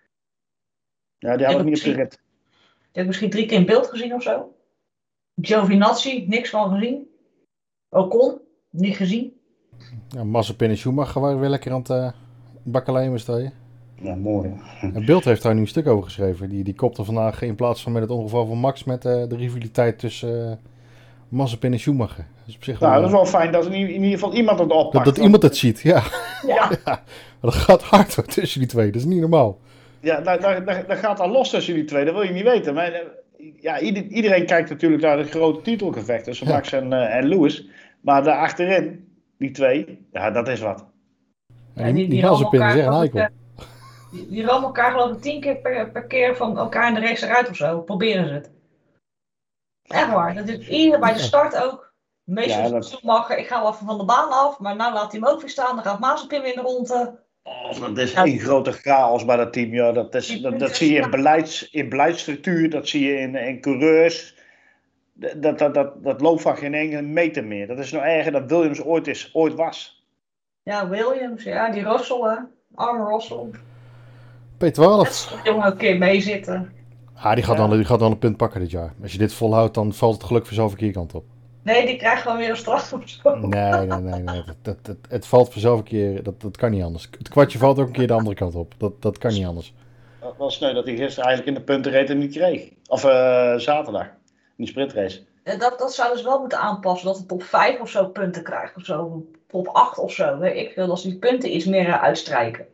Ja, die had het niet op de rit. Ik heb misschien drie keer in beeld gezien of zo. Giovinazzi, niks van gezien. Ocon, niet gezien. Ja, Mazepin en Schumacher waren weer lekker aan het uh, bakkeleien staan. Ja, mooi. En Beeld heeft daar nu een stuk over geschreven. Die, die kopte vandaag in plaats van met het ongeval van Max met uh, de rivaliteit tussen uh, Mazepin en Schumacher. Dat is op zich Nou, wel, dat is wel fijn dat in, in ieder geval iemand het oppakt. dat, dat want- iemand het ziet, ja. Ja. ja. Maar dat gaat hard hoor, tussen die twee. Dat is niet normaal. Ja, daar, daar, daar, daar gaat al los tussen die twee, dat wil je niet weten. Maar eh, ja, ieder- iedereen kijkt natuurlijk naar de grote titelgevecht tussen Ja. Max en, eh, en Lewis. Maar daar achterin, die twee, ja, dat is wat. En Ja, die, die- die die Mazepin is rammen echt een elkaar, eikel. Die, die rammen elkaar geloof ik tien keer per, per keer van elkaar in de race eruit of zo. Proberen ze het. Echt waar. Dat is ieder bij de start ook. Meestal Ja, ja, dat- maken, ik ga wel even van de baan af. Maar nou laat hij hem ook weer staan. Dan gaat Mazepin weer in de ronde. Oh, dat is Ja. één grote chaos bij dat team. Ja. Dat, is, Die dat, dat punten zie je in, staan. beleids, in beleidsstructuur, dat zie je in, in coureurs. Dat, dat, dat, dat loopt van geen enkele meter meer. Dat is nou erger dan Williams ooit, is, ooit was. Ja, Williams. Ja, die Russell hè. Arme Russell. P twaalf. Dat jongen een keer meezitten. Ah, die gaat, Ja. wel, die gaat wel een punt pakken dit jaar. Als je dit volhoudt, dan valt het geluk vanzelf een keer kant op. Nee, die krijgt gewoon weer een straf of zo. Nee, nee, nee. nee. Dat, dat, dat- het valt vanzelf een keer. Dat, dat kan niet anders. Het kwartje valt ook een keer de andere kant op. Dat, dat kan niet anders. Dat was sneu dat hij gisteren eigenlijk in de puntenrating niet kreeg. Of eh, zaterdag. In die sprintrace. En dat, dat zouden ze wel moeten aanpassen. Dat de top vijf of zo punten krijgt. Of zo. Top acht of zo. Weet ik veel. Dat ze die punten iets meer uh, uitstrijken.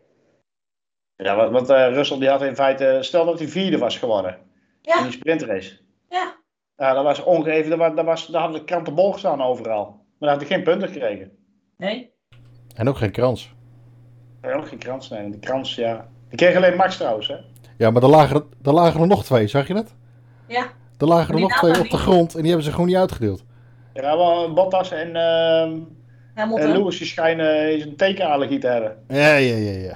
Ja, want, want eh, Russell die had in feite, stel dat hij vierde was geworden in Ja, die sprintrace. ja. Ja, dat was ongeveer, dat was, dat was, daar hadden de krantenbol gestaan overal. Maar daar had hij geen punten gekregen. Nee. En ook geen krans. Ja, ook geen krans, nee. De krans, ja. Die kreeg alleen Max trouwens, hè. Ja, maar er lagen, er- er lagen er nog twee. Zag je dat? Ja. Er lagen er Die nog namen twee op niet. de grond. En die hebben ze gewoon niet uitgedeeld. Ja, wel Bottas en, ehm en Hamilton. Lewis die schijnen eens een tekenallergie te hebben. Ja, ja, ja, ja.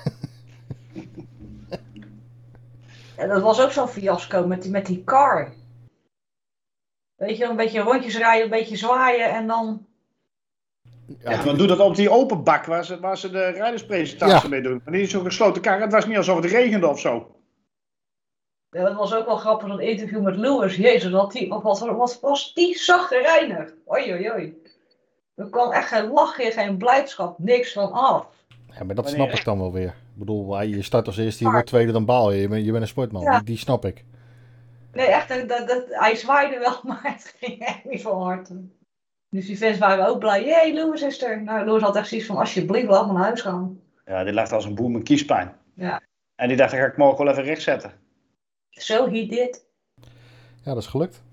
Ja, dat was ook zo'n fiasco met die, met die car. Weet je, een beetje rondjes rijden, een beetje zwaaien en dan... Ja, dan doe dat op die open bak waar ze, waar ze de rijderspresentatie Ja. mee doen. Maar die is zo'n gesloten kar. Het was niet alsof het regende of zo. Ja, dat was ook wel grappig, dat interview met Lewis. Jezus, wat, die, wat, wat, wat was die zagrijnig. Oei, oei, oei. Er kwam echt geen lachje, geen blijdschap, niks van af. Ja, maar dat Wanneer? snap ik dan wel weer. Ik bedoel, je start als eerste, je wordt tweede, dan baal je. Je bent, je bent een sportman. Ja. Die, die snap ik. Nee, echt, dat, dat, dat- hij zwaaide wel, maar het ging echt niet van harte. Dus die fans waren ook blij. Jee, Lewis is er. Nou, Lewis had echt zoiets van, alsjeblieft, laat me naar huis gaan. Ja, die lag als een boer met kiespijn. Ja. En die dacht, dan ga ik morgen wel even rechtzetten. Zo, he did. Ja, dat is gelukt.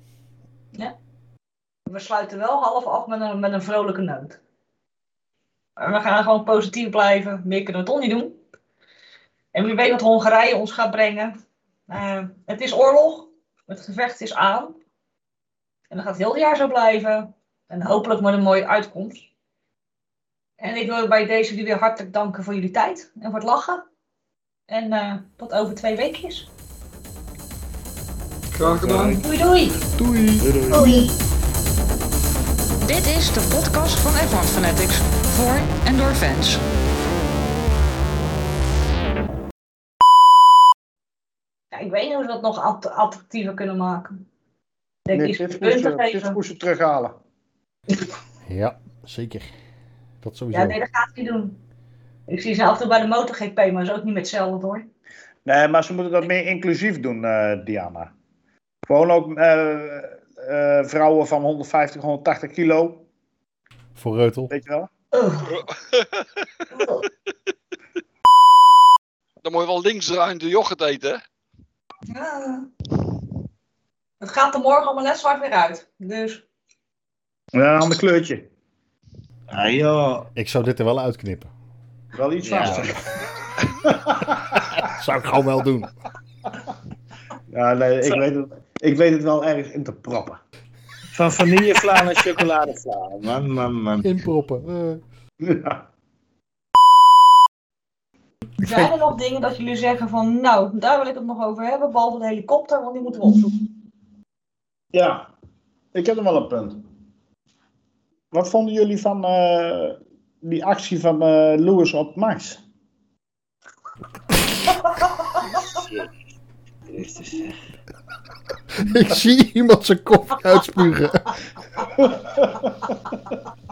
We sluiten wel half af met een, met een vrolijke noot. En we gaan gewoon positief blijven. Meer kunnen we toch niet doen. En wie weet wat Hongarije ons gaat brengen. Uh, het is oorlog. Het gevecht is aan. En dat gaat heel het jaar zo blijven. En hopelijk met een mooie uitkomst. En ik wil bij deze jullie weer hartelijk danken voor jullie tijd. En voor het lachen. En uh, tot over twee weekjes. Graag gedaan. Doei doei. Doei! Doei. Dit is de podcast van F één Fanatics. Voor en door fans. Ja, ik weet niet hoe ze dat nog att- attractiever kunnen maken. Ik denk Nee, iets dit punten moest, dit geven. moest ze terughalen. Ja, zeker. Dat sowieso. Ja, nee, dat gaat ze niet doen. Ik zie ze af en toe bij de MotoGP, maar dat is ook niet met hetzelfde hoor. Nee, maar ze moeten dat meer inclusief doen, eh, Diana. Gewoon ook eh, eh, vrouwen van honderdvijftig, honderdtachtig kilo. Voor Reutel. Weet je wel? Ugh. Dan moet je wel linksdraaiende yoghurt eten, hè? Ja. Het gaat er morgen allemaal net zwart weer uit. Dus Ja, een ander kleurtje. Ah joh. Ik zou dit er wel uitknippen. Wel iets Ja. vaster. Zou ik gewoon wel doen. Ja, nee, ik weet, het, ik weet het wel ergens in te proppen. Van vanillevla naar chocoladevla. Man, man, man. Inproppen. Uh. Ja. Zijn er nog dingen dat jullie zeggen van, nou, daar wil ik het nog over hebben, behalve de helikopter, want die moeten we opzoeken. Ja, ik heb nog wel een punt. Wat vonden jullie van uh, die actie van uh, Lewis op Max? Ik zie iemand zijn koffie uitspugen.